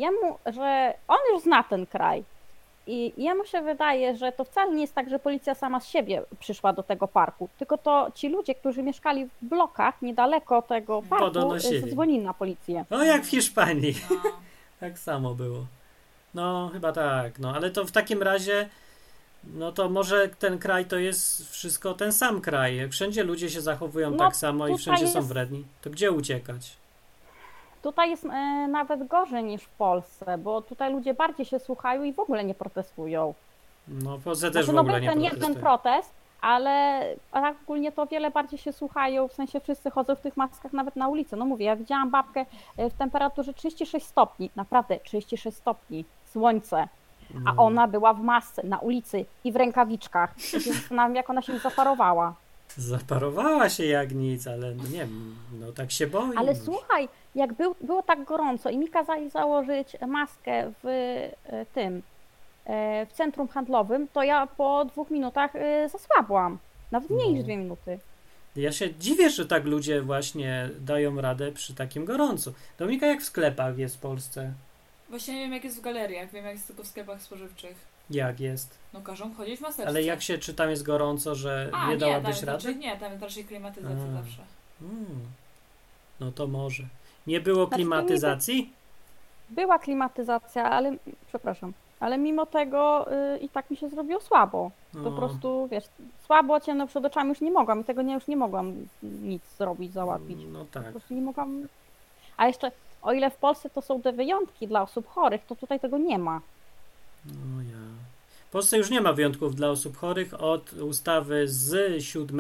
on już zna ten kraj. I jemu się wydaje, że to wcale nie jest tak, że policja sama z siebie przyszła do tego parku, tylko to ci ludzie, którzy mieszkali w blokach niedaleko tego parku, zadzwonili na policję. No jak w Hiszpanii. No. Tak samo było. No chyba tak, no ale to w takim razie, no to może ten kraj to jest wszystko ten sam kraj. Wszędzie ludzie się zachowują tak samo i wszędzie są wredni. To gdzie uciekać? Tutaj jest nawet gorzej niż w Polsce, bo tutaj ludzie bardziej się słuchają i w ogóle nie protestują. No w Polsce też w ogóle nie protestują. Ten jeden protest, ale tak ogólnie to wiele bardziej się słuchają, w sensie wszyscy chodzą w tych maskach nawet na ulicy. No mówię, ja widziałam babkę w temperaturze 36 stopni, naprawdę 36 stopni, słońce, a ona była w masce na ulicy i w rękawiczkach. I się zastanawiam, jak ona się zaparowała. Zaparowała się jak nic, ale no nie wiem, no tak się boi. Ale słuchaj, jak było tak gorąco i mi kazali założyć maskę w centrum handlowym, to ja po 2 minutach zasłabłam. Nawet mniej niż 2 minuty. Ja się dziwię, że tak ludzie właśnie dają radę przy takim gorącu. Dominika, jak w sklepach jest w Polsce? Właśnie nie wiem, jak jest w galeriach, wiem, jak jest tylko w sklepach spożywczych. Jak jest? No każą chodzić w maseczce. Ale jak się, czy tam jest gorąco, że nie dałabyś rady? Nie, tam jest raczej klimatyzacja zawsze. No to może. Nie było klimatyzacji? Była klimatyzacja, ale mimo tego i tak mi się zrobiło słabo. Po prostu, wiesz, słabo, ciemno przed oczami już nie mogłam i tego już nie mogłam nic zrobić, załatwić. No tak. Po prostu nie mogłam. A jeszcze, o ile w Polsce to są te wyjątki dla osób chorych, to tutaj tego nie ma. No ja. W Polsce już nie ma wyjątków dla osób chorych od ustawy z 7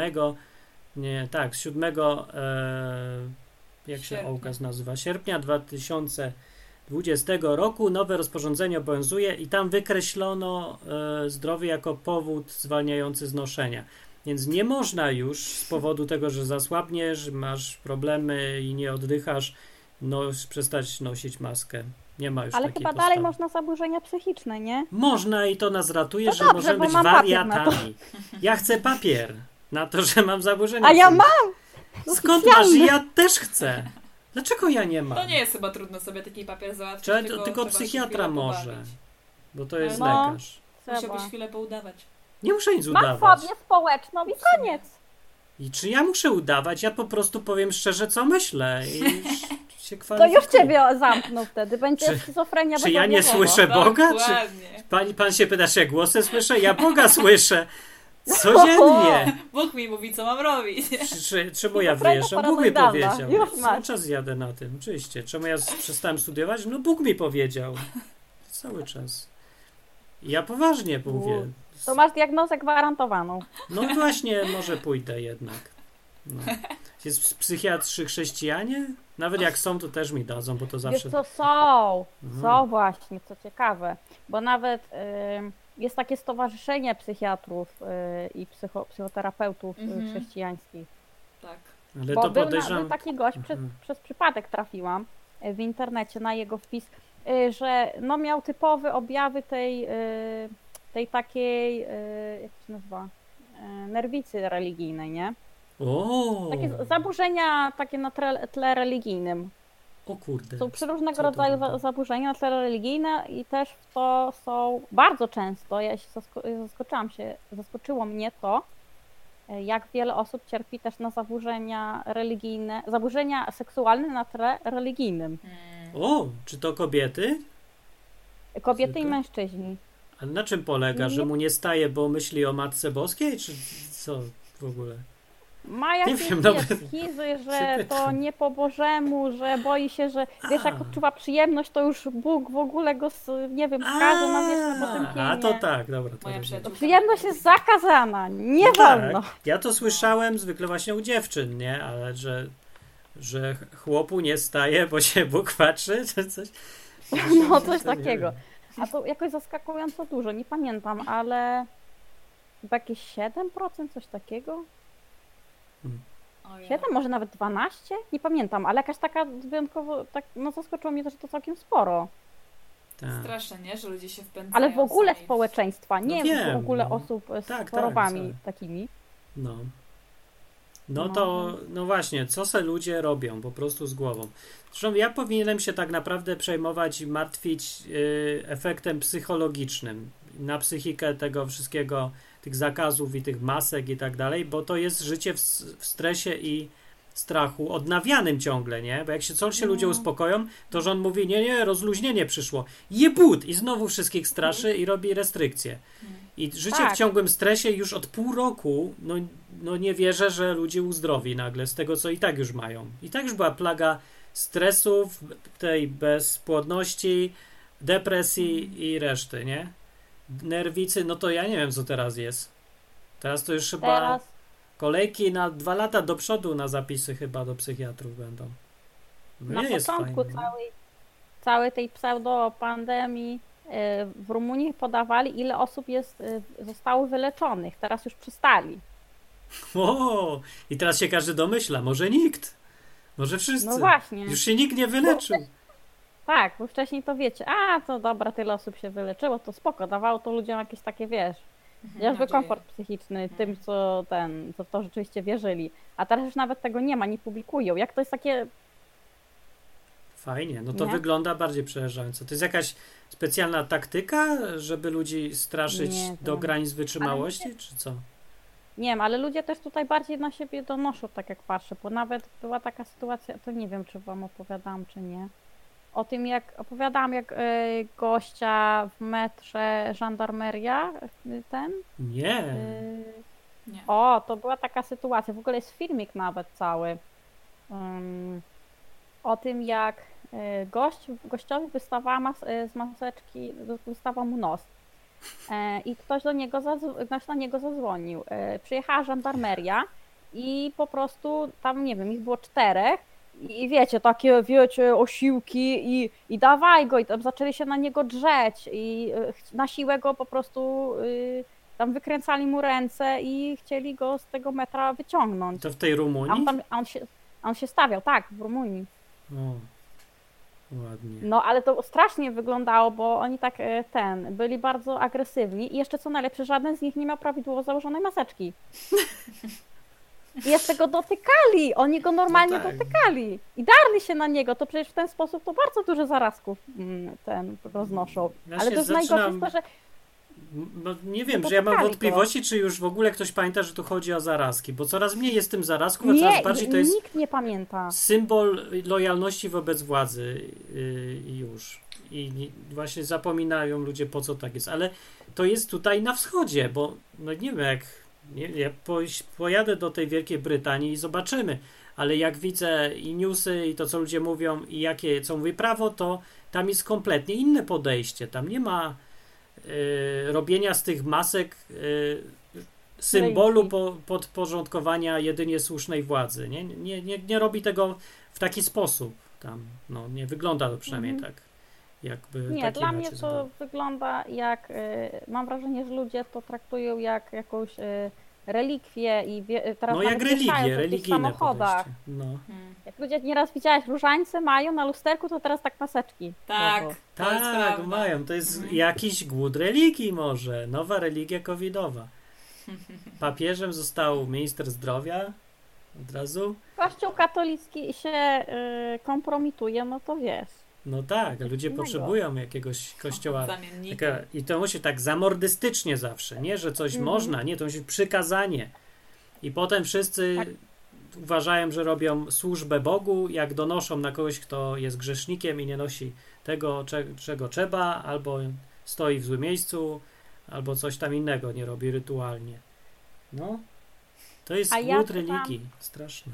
jak się ukaz nazywa? Sierpnia 2020 roku nowe rozporządzenie obowiązuje i tam wykreślono zdrowie jako powód zwalniający z noszenia. Więc nie można już z powodu tego, że zasłabniesz, masz problemy i nie oddychasz, przestać nosić maskę. Nie ma już ale takiej chyba postawy. dalej można zaburzenia psychiczne, nie? Można i to nas ratuje, to że dobrze, możemy być wariatami. Ja chcę papier na to, że mam zaburzenia A ja psychiczne. mam! Skąd masz? Ja też chcę. Dlaczego ja nie mam? To nie jest chyba trudno sobie taki papier załatwić, Tylko trzeba psychiatra się chwilę może, pobawić. bo to jest No. lekarz. Musiałbyś Trzeba. chwilę poudawać. Nie muszę nic Mam udawać. fobię społeczną i koniec. I czy ja muszę udawać? Ja po prostu powiem szczerze, co myślę i się To kwalifikuję. już ciebie zamknął wtedy. Będzie Czy- schizofrenia Czy ja nie bezobjawowa. słyszę Boga? Czy Dokładnie. pan się pyta, czy ja głosy słyszę? Ja Boga słyszę. Codziennie. Bóg mi mówi, co mam robić. Czemu ja Schizofrenia wyjeżdżam? Bóg mi paradojsalna. powiedział. Już Cały masz. czas jadę na tym, oczywiście. Czemu ja przestałem studiować? No Bóg mi powiedział. Cały czas. I ja poważnie mówię. To masz diagnozę gwarantowaną. No właśnie, może pójdę jednak. No. Jest psychiatrzy chrześcijanie? Nawet jak są, to też mi dadzą, bo to Wiesz zawsze... co, są. Mhm. Są właśnie, co ciekawe. Bo nawet jest takie stowarzyszenie psychiatrów i psychoterapeutów chrześcijańskich. Tak. Ale Bo to był podejrzewam... taki gość, Mhm. przez przypadek trafiłam w internecie na jego wpis, że no miał typowe objawy tej takiej, jak to się nazywa, nerwicy religijnej, nie? O, Takie zaburzenia takie na tle religijnym. o kurde. Są przeróżnego Co to rodzaju robi? zaburzenia na tle religijne i też w to są bardzo często, ja się zaskoczyło mnie to, jak wiele osób cierpi też na zaburzenia religijne, zaburzenia seksualne na tle religijnym. O, czy to kobiety? Kobiety i Tylko? mężczyźni. A na czym polega? Że mu nie staje, bo myśli o Matce Boskiej? Czy co w ogóle? Ma jakieś wiem, no, schizy, że się to pytam. nie po Bożemu, że boi się, że wiesz, jak A. odczuwa przyjemność, to już Bóg w ogóle go, nie wiem, skaże na wieczne potępienie. A to tak, dobra. To Moja rozumiem. przyjaciółka. Przyjemność jest zakazana, nie No wolno. tak. Ja to słyszałem zwykle właśnie u dziewczyn, nie? Ale że chłopu nie staje, bo się Bóg patrzy, czy coś. No coś To nie takiego. wiem. A to jakoś zaskakująco dużo, nie pamiętam, ale chyba jakieś 7%, coś takiego? Ojej. 7, może nawet 12? Nie pamiętam, ale jakaś taka wyjątkowo, tak, no zaskoczyło mnie to, że to całkiem sporo. Tak. Straszne, nie? Że ludzie się wpędzają Ale w ogóle sami społeczeństwa, nie No wiem, w ogóle no. osób z Tak, chorobami tak. takimi. No. No No. to, no właśnie, co se ludzie robią po prostu z głową. Zresztą ja powinienem się tak naprawdę przejmować i martwić efektem psychologicznym na psychikę tego wszystkiego, tych zakazów i tych masek i tak dalej, bo to jest życie w stresie i strachu odnawianym ciągle, nie? Bo jak się coś się ludzie uspokoją, to rząd mówi, nie, rozluźnienie przyszło. Jebut! I znowu wszystkich straszy i robi restrykcje. I życie Tak. w ciągłym stresie już od pół roku, no nie wierzę, że ludzie uzdrowi nagle z tego, co i tak już mają. I tak już była plaga stresów, tej bezpłodności, depresji i reszty, nie? Nerwicy, no to ja nie wiem, co teraz jest. Teraz to już chyba Teraz kolejki na 2 lata do przodu na zapisy chyba do psychiatrów będą. No na nie jest początku fajnie. całej tej pseudo-pandemii w Rumunii podawali, ile osób zostało wyleczonych. Teraz już przestali. O, i teraz się każdy domyśla, może nikt. Może wszyscy. No właśnie. Już się nikt nie wyleczył. Tak, bo wcześniej to wiecie, to dobra, tyle osób się wyleczyło, to spoko, dawało to ludziom jakieś takie, wiesz, jakby nadzieję. komfort psychiczny tym, co w to rzeczywiście wierzyli. A teraz już nawet tego nie ma, nie publikują. Jak to jest takie, Fajnie, no to Nie? wygląda bardziej przerażająco. To jest jakaś specjalna taktyka, żeby ludzi straszyć Nie do wiem. granic wytrzymałości, czy co? nie wiem, ale ludzie też tutaj bardziej na siebie donoszą, tak jak patrzę, bo nawet była taka sytuacja, to nie wiem, czy wam opowiadałam, czy nie, o tym, jak opowiadałam, jak gościa w metrze żandarmeria, Nie. Nie. to była taka sytuacja, w ogóle jest filmik nawet cały, o tym, jak gościowi wystawała z maseczki, wystawał mu nos. I ktoś na niego zadzwonił. Przyjechała żandarmeria i po tam, nie wiem, ich było 4 i wiecie, takie, wiecie, osiłki i dawaj go i tam zaczęli się na niego drzeć i na siłę go po prostu tam wykręcali mu ręce i chcieli go z tego metra wyciągnąć. To w tej A Rumunii? on się stawiał, tak, w Rumunii. O, ładnie. No, ale to strasznie wyglądało, bo oni tak byli bardzo agresywni i jeszcze co najlepsze, żaden z nich nie miał prawidłowo założonej maseczki. I jeszcze go dotykali, oni go normalnie No tak. dotykali i darli się na niego, to przecież w ten sposób to bardzo dużo zarazków ten roznoszą. Ja Ale się to jest najgorsze zaczynam- jest to, że No, nie wiem, No że ja mam dotykali wątpliwości, czy już w ogóle ktoś pamięta, że tu chodzi o zarazki, bo coraz mniej jest tym zarazków, a coraz bardziej to jest nikt nie pamięta. symbol lojalności wobec władzy i już. I właśnie zapominają ludzie, po co tak jest. Ale to jest tutaj na wschodzie, bo no nie wiem, jak ja pojadę do tej Wielkiej Brytanii i zobaczymy, ale jak widzę i newsy, i to, co ludzie mówią, i co mówi prawo, to tam jest kompletnie inne podejście. Tam nie ma robienia z tych masek symbolu podporządkowania jedynie słusznej władzy. Nie robi tego w taki sposób. Tam, no, nie wygląda to przynajmniej tak. Jakby Nie, taki dla mnie inaczej to symbol. wygląda jak, mam wrażenie, że ludzie to traktują jak jakąś relikwię i teraz No nawet jak wieszają religię, to w tych religijne samochodach. podejście. No. Jak ludzie nieraz widziałeś, różańce mają na lusterku, to teraz tak maseczki. Tak, robią. to jest Tak, prawda. mają. To jest jakiś głód religii może. Nowa religia covidowa. Papieżem został minister zdrowia od razu. Kościół katolicki się kompromituje, no to wiesz. No tak, ludzie innego. potrzebują jakiegoś kościoła. Zamiennika. I to musi tak zamordystycznie zawsze, nie, że coś można, nie, to musi być przykazanie. I potem wszyscy Tak. uważają, że robią służbę Bogu, jak donoszą na kogoś, kto jest grzesznikiem i nie nosi tego, czego trzeba, albo stoi w złym miejscu, albo coś tam innego nie robi rytualnie. No, to jest A ja głód czytam- religii, straszne.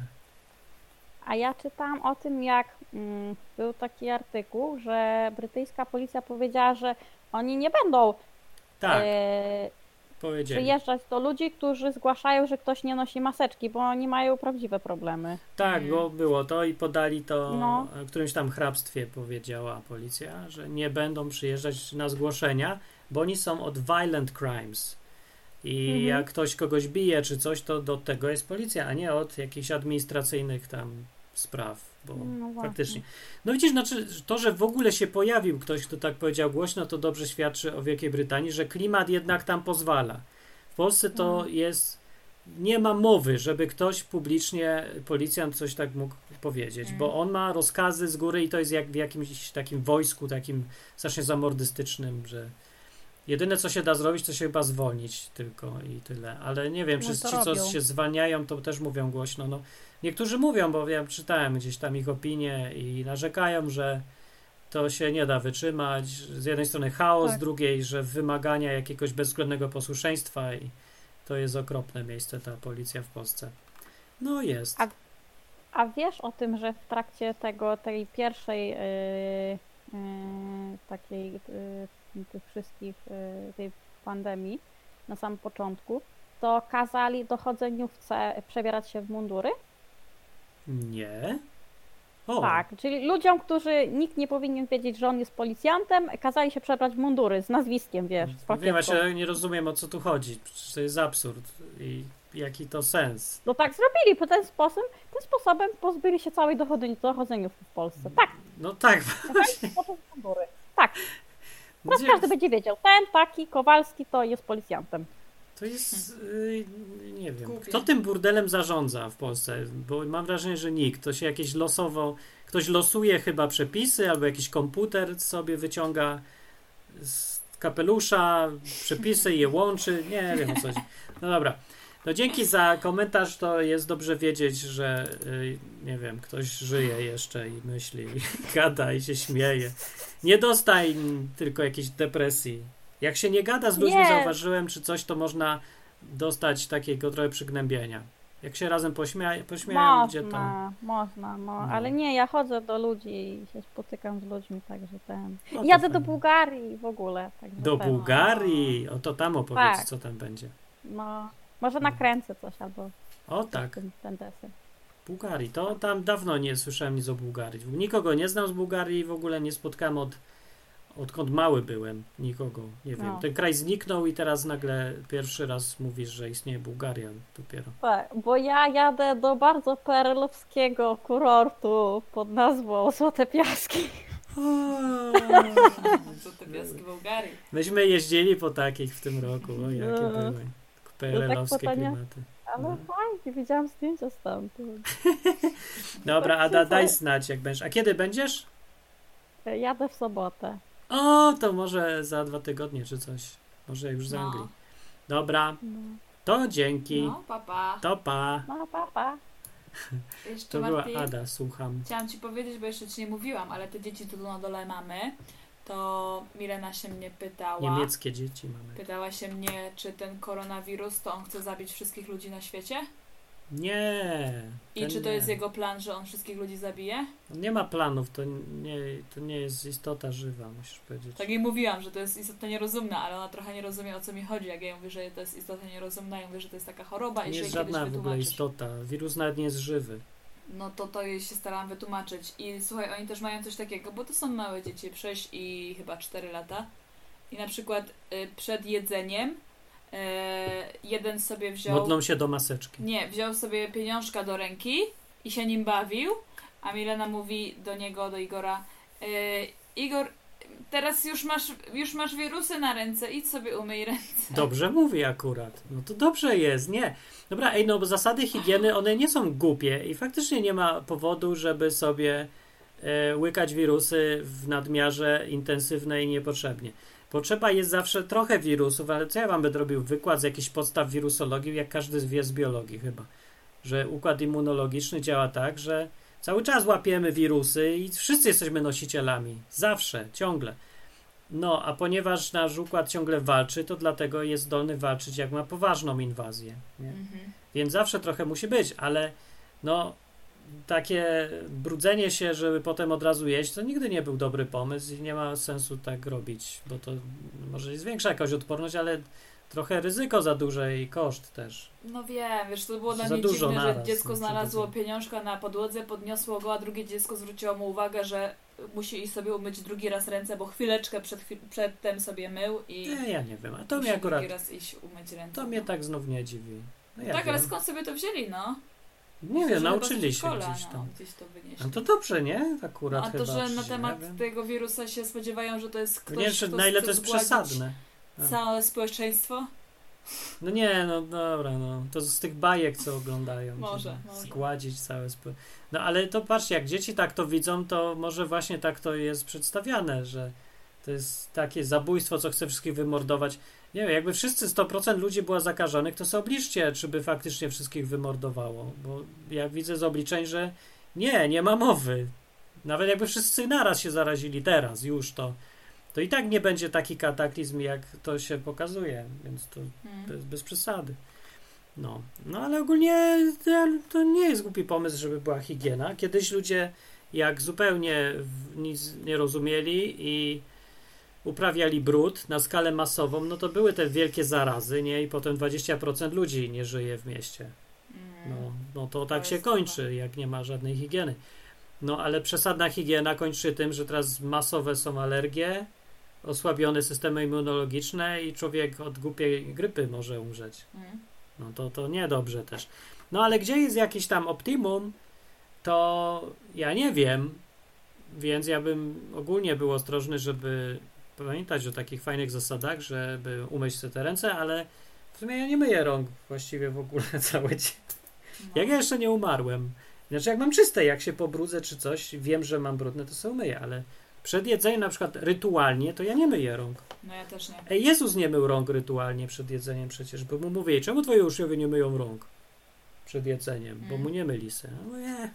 A ja czytałam o tym, jak był taki artykuł, że brytyjska policja powiedziała, że oni nie będą Tak, powiedzieli. przyjeżdżać do ludzi, którzy zgłaszają, że ktoś nie nosi maseczki, bo oni mają prawdziwe problemy. Tak, bo było to i podali to No. w którymś tam hrabstwie, powiedziała policja, że nie będą przyjeżdżać na zgłoszenia, bo oni są od violent crimes. I jak ktoś kogoś bije czy coś, to do tego jest policja, a nie od jakichś administracyjnych tam spraw, bo No właśnie. faktycznie. No widzisz, znaczy to, że w ogóle się pojawił ktoś, kto tak powiedział głośno, to dobrze świadczy o Wielkiej Brytanii, że klimat jednak tam pozwala. W Polsce to jest, nie ma mowy, żeby ktoś publicznie, policjant coś tak mógł powiedzieć, bo on ma rozkazy z góry i to jest jak w jakimś takim wojsku, takim strasznie zamordystycznym, że jedyne, co się da zrobić, to się chyba zwolnić tylko i tyle. Ale nie wiem, No czy to ci, co robią. się zwalniają, to też mówią głośno. No, niektórzy mówią, bo ja czytałem gdzieś tam ich opinie i narzekają, że to się nie da wytrzymać. Z jednej strony chaos, z Tak. drugiej, że wymagania jakiegoś bezwzględnego posłuszeństwa i to jest okropne miejsce, ta policja w Polsce. No jest. A wiesz o tym, że w trakcie tej pierwszej takiej tych wszystkich tej pandemii na samym początku, to kazali dochodzeniówce przebierać się w mundury? Nie? O, Tak, czyli ludziom, którzy nikt nie powinien wiedzieć, że on jest policjantem, kazali się przebrać w mundury z nazwiskiem, wiesz, z wiem, plakietką. właśnie nie rozumiem, o co tu chodzi. Przecież to jest absurd i jaki to sens. No tak zrobili, tym sposobem pozbyli się całej dochodzeniówki w Polsce. Tak, No tak, potem w mundury. Tak, teraz gdzie- każdy będzie wiedział, ten, taki, Kowalski to jest policjantem. to jest, nie wiem, Głupie. kto tym burdelem zarządza w Polsce, bo mam wrażenie, że nikt, to się jakieś losowo, ktoś losuje chyba przepisy, albo jakiś komputer sobie wyciąga z kapelusza przepisy i je łączy, nie wiem o co chodzi. No dobra, no dzięki za komentarz, to jest dobrze wiedzieć, że nie wiem, ktoś żyje jeszcze i myśli, i gada i się śmieje. Nie dostaj tylko jakiejś depresji. Jak się nie gada z ludźmi, Nie. zauważyłem, czy coś, to można dostać takiego trochę przygnębienia. Jak się razem pośmieją ludzie, to... Można, No. ale nie, ja chodzę do ludzi i się spotykam z ludźmi, także No to jadę do fajnie. Bułgarii w ogóle. Także Do Bułgarii! O, to tam opowiedz, Tak. co tam będzie. No, może nakręcę coś albo O tak, ten deseń. Bułgarii. To tam dawno nie słyszałem nic o Bułgarii. Nikogo nie znam z Bułgarii, w ogóle nie spotkałem odkąd mały byłem. Nikogo, nie wiem. No. Ten kraj zniknął i teraz nagle pierwszy raz mówisz, że istnieje Bułgaria dopiero. Tak, bo ja jadę do bardzo perelowskiego kurortu pod nazwą Złote Piaski. Co te piaski Bułgarii? Myśmy jeździli po takich w tym roku. O, jakie No. były PRL-owskie tak po tania- klimaty. Ale fajnie, widziałam zdjęcia stamtąd. Dobra, Ada, daj znać, jak będziesz. A kiedy będziesz? Jadę w sobotę. O, to może za 2 tygodnie czy coś. Może już z Anglii. Dobra, No, to dzięki. No, papa. To pa. no papa. Jeszcze To była Martin, Ada, słucham. chciałam ci powiedzieć, bo jeszcze ci nie mówiłam, ale te dzieci tu na dole mamy, to Milena się mnie pytała. Niemieckie dzieci mamy. Pytała się mnie, czy ten koronawirus, to on chce zabić wszystkich ludzi na świecie? Nie. I ten czy to nie. jest jego plan, że on wszystkich ludzi zabije? Nie ma planów, to nie jest istota żywa, musisz powiedzieć. Tak jej mówiłam, że to jest istota nierozumna, ale ona trochę nie rozumie, o co mi chodzi. Jak ja mówię, że to jest istota nierozumna, ja mówię, że to jest taka choroba To i nie że jest jej kiedyś żadna w ogóle wytłumaczysz. istota. Wirus nawet nie jest żywy. No to jej się starałam wytłumaczyć. I słuchaj, oni też mają coś takiego, bo to są małe dzieci, 6 i chyba 4 lata. I na przykład przed jedzeniem jeden sobie wziął... Modlą się do maseczki. Nie, wziął sobie pieniążka do ręki i się nim bawił, a Milena mówi do niego, do Igora, Igor, teraz już masz wirusy na ręce, idź sobie umyj ręce. Dobrze mówi akurat. No to dobrze jest, nie. Dobra, bo zasady higieny, one nie są głupie i faktycznie nie ma powodu, żeby sobie łykać wirusy w nadmiarze intensywnej i niepotrzebnie. Potrzeba jest zawsze trochę wirusów, ale co ja wam będę robił? Wykład z jakichś podstaw wirusologii, jak każdy wie z biologii chyba. Że układ immunologiczny działa tak, że cały czas łapiemy wirusy i wszyscy jesteśmy nosicielami. Zawsze, ciągle. No, a ponieważ nasz układ ciągle walczy, to dlatego jest zdolny walczyć, jak ma poważną inwazję. Nie? Więc zawsze trochę musi być, ale no, takie brudzenie się, żeby potem od razu jeść, to nigdy nie był dobry pomysł i nie ma sensu tak robić, bo to może zwiększa jakąś odporność, ale trochę ryzyko za duże i koszt też. No wiem, wiesz, to było dla Za mnie dużo dziwne, że naraz, dziecko no, znalazło przepraszam. pieniążka na podłodze, podniosło go, a drugie dziecko zwróciło mu uwagę, że musi iść sobie umyć drugi raz ręce, bo chwileczkę przedtem sobie mył i Ja nie wiem, a to musi mnie akurat, drugi raz iść umyć ręce. to mnie tak znów nie dziwi. No ja tak, wiem. ale skąd sobie to wzięli, no? Nie Myślę, wiem, że nauczyli chyba w się szkole, gdzieś tam. No, gdzieś to wynieśli. No to dobrze, nie? Akurat A to, chyba. że na czy temat nie wiem. tego wirusa się spodziewają, że to jest ktoś, Nie wiem, czy kto na ile chce to jest zgładzić przesadne. całe społeczeństwo? No nie, no dobra, no. To z tych bajek, co oglądają. Może, żeby może. zgładzić całe No ale to patrzcie, jak dzieci tak to widzą, to może właśnie tak to jest przedstawiane, że to jest takie zabójstwo, co chce wszystkich wymordować. Nie wiem, jakby wszyscy 100% ludzi było zakażonych, to sobie obliczcie, czy by faktycznie wszystkich wymordowało. Bo ja widzę z obliczeń, że nie ma mowy. Nawet jakby wszyscy naraz się zarazili teraz, już to i tak nie będzie taki kataklizm, jak to się pokazuje, więc to jest bez przesady. No ale ogólnie to nie jest głupi pomysł, żeby była higiena. Kiedyś ludzie, jak zupełnie nic nie rozumieli i uprawiali brud na skalę masową, no to były te wielkie zarazy, nie? I potem 20% ludzi nie żyje w mieście. No to tak się kończy, jak nie ma żadnej higieny. No ale przesadna higiena kończy tym, że teraz masowe są alergie, osłabione systemy immunologiczne i człowiek od głupiej grypy może umrzeć. No to niedobrze też. No ale gdzie jest jakieś tam optimum, to ja nie wiem, więc ja bym ogólnie był ostrożny, żeby pamiętać o takich fajnych zasadach, żeby umyć sobie te ręce, ale w sumie ja nie myję rąk właściwie w ogóle całe dzień. Jak ja jeszcze nie umarłem. Znaczy jak mam czyste, jak się pobrudzę czy coś, wiem, że mam brudne, to sobie umyję, ale przed jedzeniem na przykład rytualnie, to ja nie myję rąk. No ja też nie. Jezus nie mył rąk rytualnie przed jedzeniem przecież, bo mu mówię, czemu twoi uczniowie nie myją rąk przed jedzeniem, bo mu nie myli se. No nie.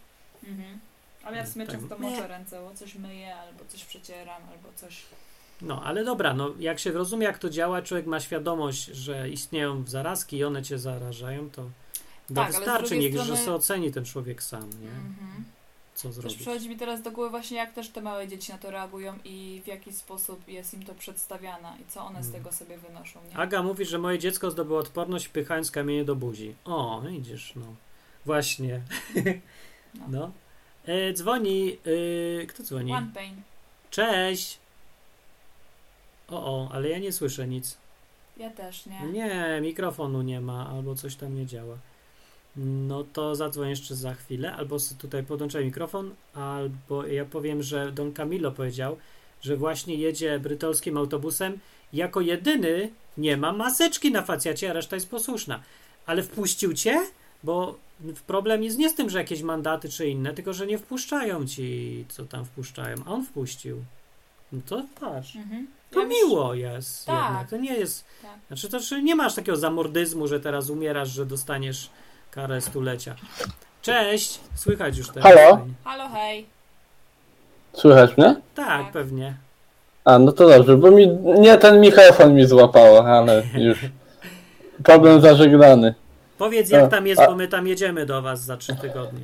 Ale ja w sumie Tak, często moczę ręce, bo coś myję, albo coś przecieram, albo coś... No, ale dobra, no jak się rozumie, jak to działa, człowiek ma świadomość, że istnieją zarazki i one cię zarażają, to Tak, wystarczy, niech strony... że sobie oceni ten człowiek sam, nie? Co Też zrobić. przychodzi mi teraz do głowy właśnie, jak też te małe dzieci na to reagują i w jaki sposób jest im to przedstawiane i co one z tego sobie wynoszą, nie? Aga mówi, że moje dziecko zdobyło odporność, wpychając kamienie do buzi. O, widzisz, no. Właśnie. No. Dzwoni. Kto dzwoni? One Pain. Cześć. Ale ja nie słyszę nic. Ja też, nie? Nie, mikrofonu nie ma, albo coś tam nie działa. No to zadzwoń jeszcze za chwilę, albo tutaj podłączę mikrofon, albo ja powiem, że Don Camilo powiedział, że właśnie jedzie brytolskim autobusem, jako jedyny nie ma maseczki na facjacie, a reszta jest posłuszna. Ale wpuścił cię? Bo problem jest nie z tym, że jakieś mandaty czy inne, tylko że nie wpuszczają ci, co tam wpuszczają. A on wpuścił. No to patrz. To Ja miło jest Tak. jednak. To nie jest... Tak. Znaczy to, że nie masz takiego zamordyzmu, że teraz umierasz, że dostaniesz karę stulecia. Cześć! Słychać już teraz. Halo? fajnie. Halo, hej. Słychać mnie? Tak, Tak. pewnie. A, no to dobrze, bo nie ten mikrofon mi złapało, ale już problem zażegnany. Powiedz, jak tam jest, a- bo my tam jedziemy do was za 3 tygodnie.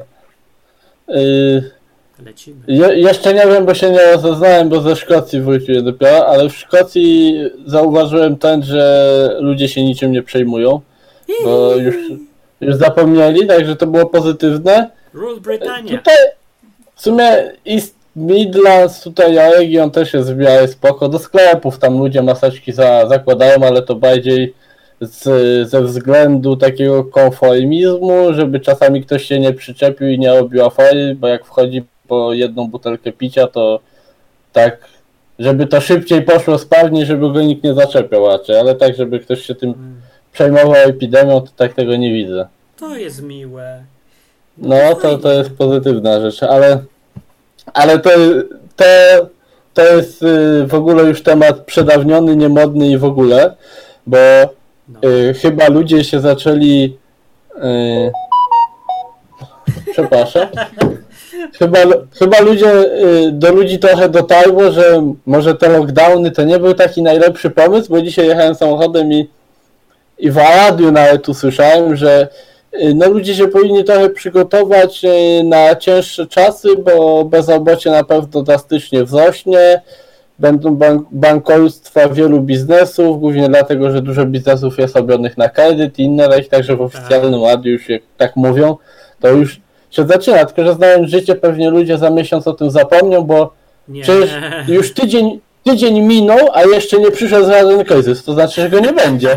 Lecimy. Jeszcze nie wiem, bo się nie rozeznałem, bo ze Szkocji wróciłem dopiero, ale w Szkocji zauważyłem że ludzie się niczym nie przejmują, bo już zapomnieli, także to było pozytywne. Rule Britannia. Tutaj w sumie East Midlands, tutaj region też jest w miarę spoko. Do sklepów tam ludzie maseczki zakładają, ale to bardziej ze względu takiego konformizmu, żeby czasami ktoś się nie przyczepił i nie robił afery, bo jak wchodzi po jedną butelkę picia, to tak, żeby to szybciej poszło sprawniej, żeby go nikt nie zaczepiał raczej, ale tak, żeby ktoś się tym przejmował epidemią, to tak tego nie widzę. To jest miłe. No, to jest pozytywna rzecz, ale to jest w ogóle już temat przedawniony, niemodny i w ogóle, bo No. chyba ludzie się zaczęli przepraszam, chyba do ludzi trochę dotarło, że może te lockdowny to nie był taki najlepszy pomysł, bo dzisiaj jechałem samochodem i w radiu nawet usłyszałem, że no ludzie się powinni trochę przygotować na cięższe czasy, bo bezrobocie na pewno drastycznie wzrośnie, będą bankructwa wielu biznesów, głównie dlatego, że dużo biznesów jest robionych na kredyt i inne, także w oficjalnym radiu już jak tak mówią, to już się zaczyna, tylko że znając życie, pewnie ludzie za miesiąc o tym zapomnią, bo Nie. przecież już tydzień minął, a jeszcze nie przyszedł żaden kryzys, to znaczy, że go nie będzie.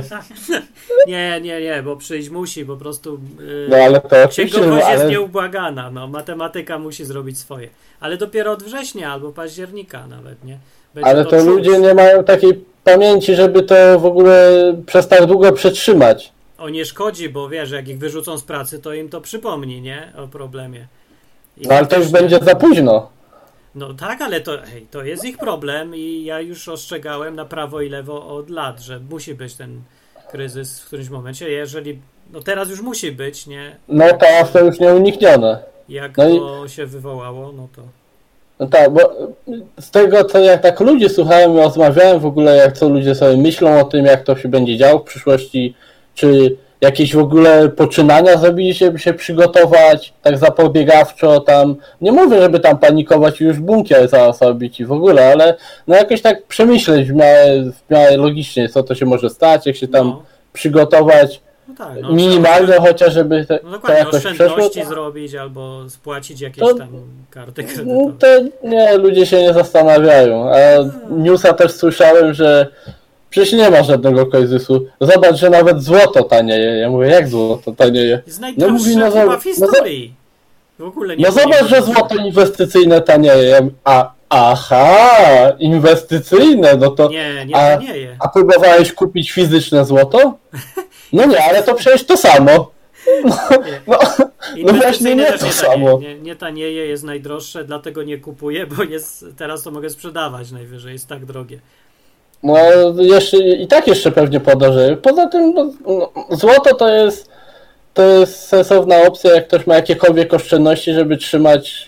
Nie, bo przyjść musi, po prostu No ale to oczywiście, księgowość jest ale... nieubłagana, no matematyka musi zrobić swoje. Ale dopiero od września albo października nawet, nie? Będzie Ale to czuć. ludzie nie mają takiej pamięci, żeby to w ogóle przez tak długo przetrzymać. O nie szkodzi, bo wiesz, jak ich wyrzucą z pracy, to im to przypomni, nie? O problemie. I No ale to już faktycznie- będzie za późno. No tak, ale to jest ich problem i ja już ostrzegałem na prawo i lewo od lat, że musi być ten kryzys w którymś momencie, jeżeli, no teraz już musi być, nie? No to już nieuniknione. Jak No i- to się wywołało, no to... No tak, bo z tego co jak tak ludzi słuchałem i rozmawiałem w ogóle, jak co ludzie sobie myślą o tym, jak to się będzie działo w przyszłości, czy jakieś w ogóle poczynania zrobili, żeby się przygotować tak zapobiegawczo tam, nie mówię, żeby tam panikować i już bunkier zaraz robić i w ogóle, ale no jakoś tak przemyśleć w miarę logicznie, co to się może stać, jak się tam No, przygotować no tak, no, minimalnie trzeba- chociaż, żeby no to dokładnie, jakoś przeszło. oszczędności zrobić albo spłacić jakieś To- tam karty No kredytowe. to nie, ludzie się nie zastanawiają. A newsa też słyszałem, że przecież nie ma żadnego kryzysu. Zobacz, że nawet złoto tanieje. Ja mówię, jak złoto tanieje? Jest najdroższa mówi, no chyba za- w historii. W ogóle nie No zobacz, że złoto inwestycyjne tanieje. Ja mówię, aha, inwestycyjne, no to... Nie a- tanieje. A próbowałeś kupić fizyczne złoto? No nie, ale to przecież to samo. No właśnie Inwestycyjne nie też to nie samo. tanieje. Nie tanieje, jest najdroższe, dlatego nie kupuję, bo teraz to mogę sprzedawać najwyżej, jest tak drogie. No jeszcze pewnie podrożeje. Poza tym złoto to jest sensowna opcja, jak ktoś ma jakiekolwiek oszczędności, żeby trzymać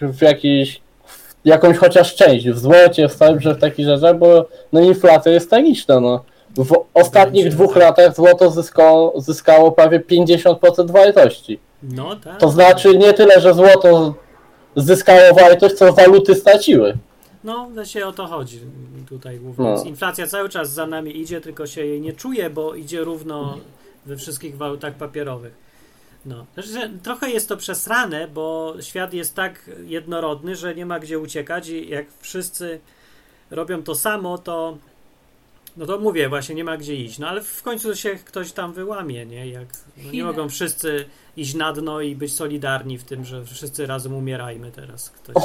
jakąś chociaż część w złocie, w srebrze, w takich rzeczach, bo no inflacja jest tragiczna. No. W ostatnich 2 latach złoto zyskało prawie 50% wartości. No tak. To znaczy nie tyle, że złoto zyskało wartość, co waluty straciły. No, właśnie o to chodzi tutaj mówiąc. No. Inflacja cały czas za nami idzie, tylko się jej nie czuje, bo idzie równo we wszystkich walutach papierowych. No. Że trochę jest to przesrane, bo świat jest tak jednorodny, że nie ma gdzie uciekać i jak wszyscy robią to samo, to no to mówię, właśnie nie ma gdzie iść. No ale w końcu się ktoś tam wyłamie, nie? Nie Chiny. mogą wszyscy iść na dno i być solidarni w tym, że wszyscy razem umierajmy teraz. Ktoś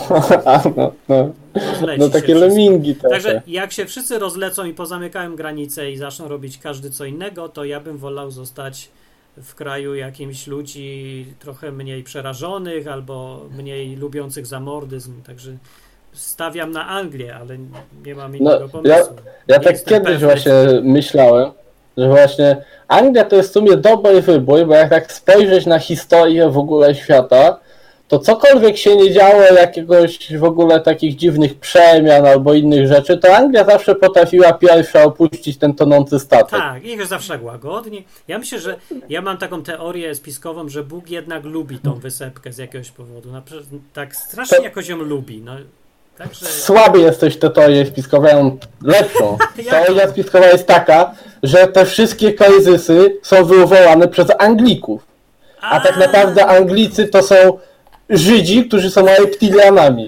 rozleci No się takie wszystko. lemingi trochę. Także jak się wszyscy rozlecą i pozamykają granice i zaczną robić każdy co innego, to ja bym wolał zostać w kraju jakimś ludzi trochę mniej przerażonych albo mniej lubiących zamordyzm, także stawiam na Anglię, ale nie mam innego pomysłu. Ja Nie tak jestem kiedyś pewny. właśnie myślałem, że właśnie Anglia to jest w sumie dobry wybór, bo jak tak spojrzeć na historię w ogóle świata, to cokolwiek się nie działo, jakiegoś w ogóle takich dziwnych przemian albo innych rzeczy, to Anglia zawsze potrafiła pierwsza opuścić ten tonący statek. Tak, i zawsze tak łagodnie. Ja myślę, że ja mam taką teorię spiskową, że Bóg jednak lubi tą wysepkę z jakiegoś powodu. Tak strasznie jakoś ją lubi. No, także... Słaby jesteś w tej teorii spiskowej, ja mam lepszą. Jak? Teoria spiskowa jest taka, że te wszystkie kryzysy są wywołane przez Anglików. A tak naprawdę Anglicy to są Żydzi, którzy są reptilianami.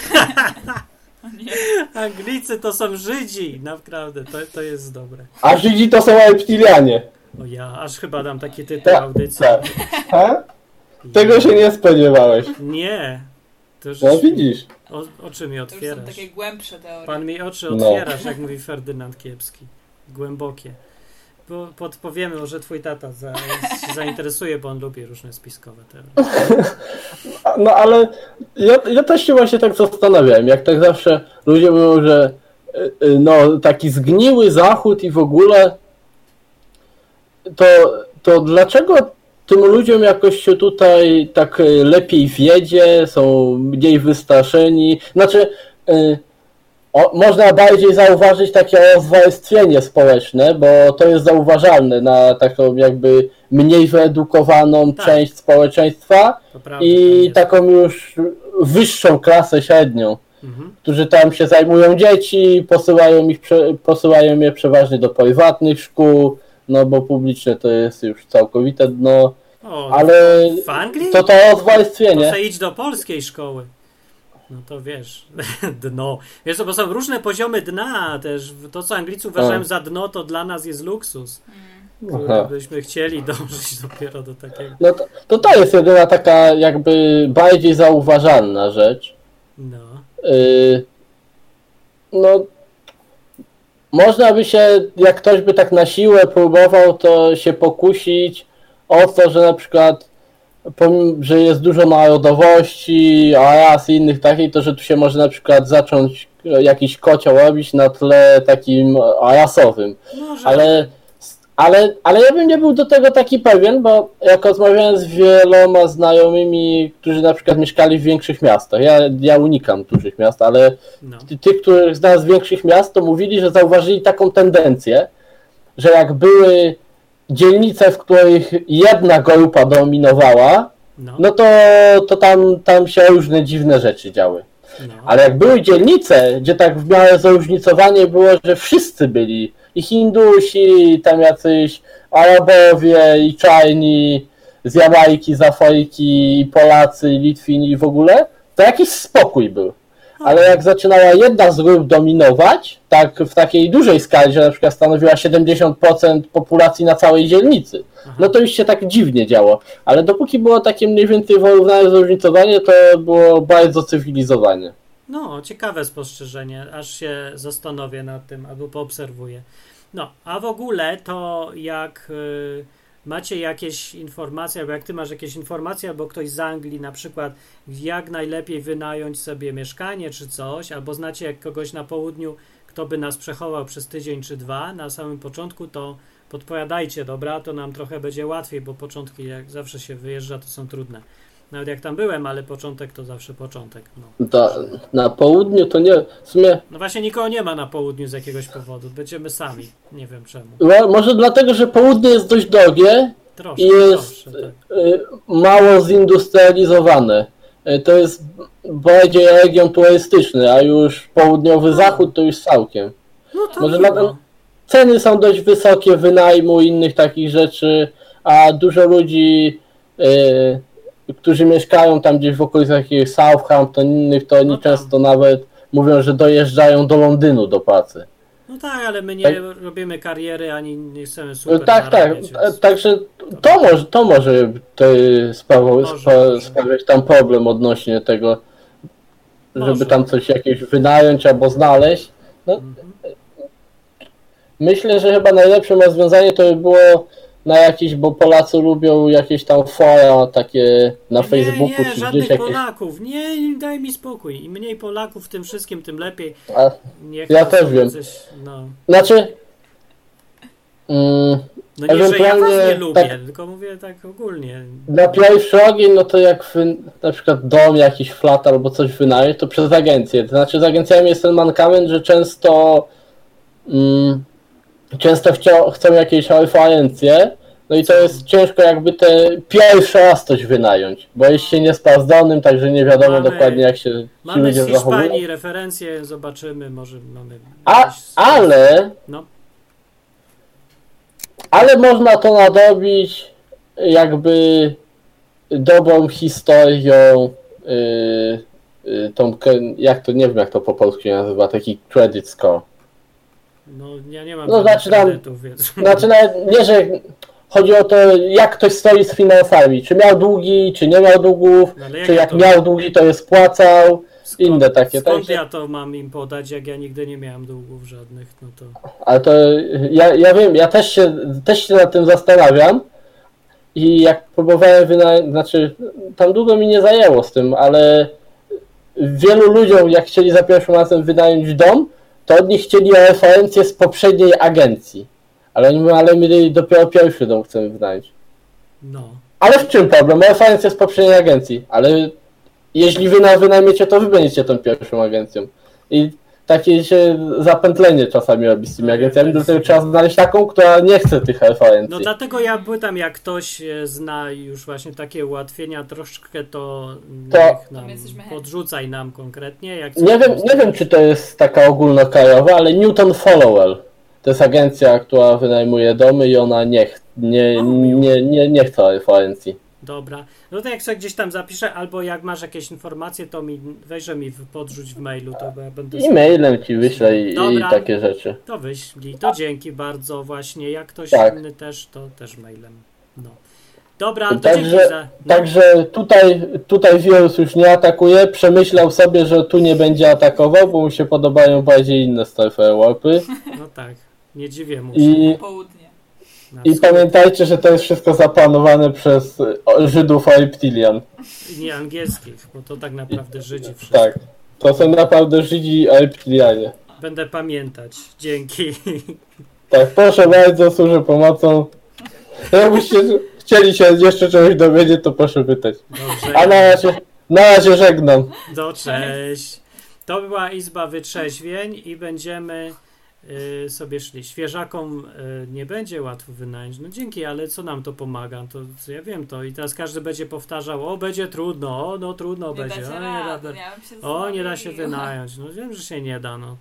Anglicy to są Żydzi, naprawdę, to jest dobre. A Żydzi to są reptilianie. O ja, aż chyba dam taki tytuł audycji. Tak. Ha? Tego się nie spodziewałeś. Nie. To już No widzisz. oczy mi To już są otwierasz. takie głębsze teorie. Pan mi oczy No. otwierasz, jak mówi Ferdynand Kiepski. Głębokie. Bo podpowiemy, może twój tata się zainteresuje, bo on lubi różne spiskowe teorie. No ale ja też się właśnie tak zastanawiałem, jak tak zawsze ludzie mówią, że no taki zgniły Zachód i w ogóle to dlaczego tym ludziom jakoś się tutaj tak lepiej wiedzie, są mniej wystraszeni? Znaczy można bardziej zauważyć takie rozwarstwienie społeczne, bo to jest zauważalne na taką jakby mniej wyedukowaną część społeczeństwa To prawda, i taką już wyższą klasę średnią, którzy tam się zajmują dzieci, posyłają je przeważnie do prywatnych szkół, no bo publiczne to jest już całkowite dno, ale w Anglii? to rozwarstwienie. To se idź do polskiej szkoły. No to wiesz, dno. Wiesz, bo są różne poziomy dna też. To, co Anglicy uważają za dno, to dla nas jest luksus. Byśmy chcieli dążyć dopiero do takiego. No to jest jedyna taka jakby bardziej zauważalna rzecz. No. No można by się, jak ktoś by tak na siłę próbował, to się pokusić o to, że na przykład że jest dużo narodowości, ras i innych takich, to że tu się może na przykład zacząć jakiś kocioł robić na tle takim rasowym. Może. Ale ja bym nie był do tego taki pewien, bo jak rozmawiałem z wieloma znajomymi, którzy na przykład mieszkali w większych miastach, ja unikam dużych miast, ale tych, których znam z większych miast, to mówili, że zauważyli taką tendencję, że jak były dzielnice, w których jedna grupa dominowała, no to tam się różne dziwne rzeczy działy. Ale jak były dzielnice, gdzie tak w miarę zróżnicowanie było, że wszyscy byli, i Hindusi, i tam jacyś Arabowie, i czarni, z Jamajki, z Afryki, i Polacy, i Litwini, i w ogóle, to jakiś spokój był. Ale jak zaczynała jedna z grup dominować, tak w takiej dużej skali, że na przykład stanowiła 70% populacji na całej dzielnicy, no to już się tak dziwnie działo. Ale dopóki było takie mniej więcej wyrównane zróżnicowanie, to było bardzo cywilizowanie. No, ciekawe spostrzeżenie, aż się zastanowię nad tym, albo poobserwuję. No, a w ogóle to jak macie jakieś informacje, albo jak ty masz jakieś informacje, albo ktoś z Anglii na przykład, jak najlepiej wynająć sobie mieszkanie czy coś, albo znacie kogoś na południu, kto by nas przechował przez tydzień czy dwa na samym początku, to podpowiadajcie, dobra, to nam trochę będzie łatwiej, bo początki, jak zawsze się wyjeżdża, to są trudne. Nawet jak tam byłem, ale początek to zawsze początek. No. Na południu to nie, w sumie... No właśnie nikogo nie ma na południu z jakiegoś powodu. Będziemy sami. Nie wiem czemu. Może dlatego, że południe jest dość drogie troszkę, i jest tak. mało zindustrializowane. To jest bardziej region turystyczny, a już południowy zachód to już całkiem. No to Może no. Ceny są dość wysokie, wynajmu i innych takich rzeczy, a dużo ludzi, którzy mieszkają tam gdzieś w okolicach jakiegoś Southampton, innych, to oni często nawet mówią, że dojeżdżają do Londynu do pracy. No tak, ale my nie robimy kariery, ani nie chcemy super Tak, zarabiać, więc... także to może sprawiać tam problem odnośnie tego, żeby tam coś jakieś wynająć albo znaleźć. No, myślę, że chyba najlepszym rozwiązaniem to by było na jakieś, bo Polacy lubią jakieś tam fora takie na Facebooku nie, czy żadnych gdzieś jakieś... Polaków. Nie, daj mi spokój. Im mniej Polaków w tym wszystkim, tym lepiej. A, Niech ja to też są wiem. Coś, no. Znaczy... No nie, że ja was nie ewentualnie lubię, tak- tylko mówię tak ogólnie. Na pierwszy ogień, no to jak na przykład dom, jakiś flat albo coś wynająć, to przez agencję. To znaczy z agencjami jest ten mankament, że często chcą jakieś referencje, no i to jest ciężko jakby pierwszy raz coś wynająć, bo jest się niesprawdzonym, także nie wiadomo dokładnie jak się ci Mamy ludzie z Hiszpanii zachowują. referencje, zobaczymy, może mamy... No, Ale można to nadobić jakby dobrą historią, jak to, nie wiem jak to po polsku się nazywa, taki credit score. no ja nie mam No, znaczy tam- kredytów, więc... Znaczy nawet nie, że chodzi o to, jak ktoś stoi z finansami, czy miał długi, czy nie miał długów, No, ale czy jak to- miał długi, to je spłacał, inne takie. Skąd Także, ja to mam im podać, jak ja nigdy nie miałem długów żadnych, no to... ale to ja wiem, ja też się nad tym zastanawiam i jak próbowałem znaczy tam długo mi nie zajęło z tym, ale wielu ludziom, jak chcieli za pierwszym razem wynająć dom, to od nich chcieli referencję z poprzedniej agencji. Ale oni mówią, ale my dopiero pierwszy dom chcemy wynająć. No. Ale w czym problem? Referencja z poprzedniej agencji. Ale jeśli wy wynajmiecie, to wy będziecie tą pierwszą agencją. I takie się zapętlenie czasami robi z tymi agencjami, dlatego trzeba znaleźć taką, która nie chce tych referencji. No dlatego ja pytam, jak ktoś zna już właśnie takie ułatwienia, troszkę to niech nam my jesteśmy chętni. podrzucaj nam konkretnie. Jak Nie wiem, czy to jest taka ogólnokrajowa, ale Newton Follower to jest agencja, która wynajmuje domy i ona nie chce referencji. Dobra, no to jak sobie gdzieś tam zapiszę, albo jak masz jakieś informacje, to weźże mi podrzuć w mailu, to ja będę... E-mailem ci wyślę i Dobra. takie rzeczy. To wyślij, to dzięki bardzo właśnie, jak ktoś Tak. inny też, to też mailem. No. Dobra, to Także- dzięki za... No. Także tutaj wirus już nie atakuje, przemyślał sobie, że tu nie będzie atakował, bo mu się podobają bardziej inne strefy warpy. No tak, nie dziwię mu się. I Południe. Na I wschód. pamiętajcie, że to jest wszystko zaplanowane przez Żydów reptilian. Nie angielskich, bo to tak naprawdę Żydzi wszyscy. Tak. To są naprawdę Żydzi reptilianie. Będę pamiętać. Dzięki. Tak, proszę bardzo, służę pomocą. Jakbyście chcieli się jeszcze czegoś dowiedzieć, to proszę pytać. Dobrze. A na razie żegnam. No cześć. To była Izba Wytrzeźwień i będziemy sobie szli. Świeżakom nie będzie łatwo wynająć. No dzięki, ale co nam to pomaga? To ja wiem to i teraz każdy będzie powtarzał, o będzie trudno, o no trudno Nie będzie, dacie o rady, nie ja bym się o nie da się zastanowiła. wynająć. No wiem, że się nie da, no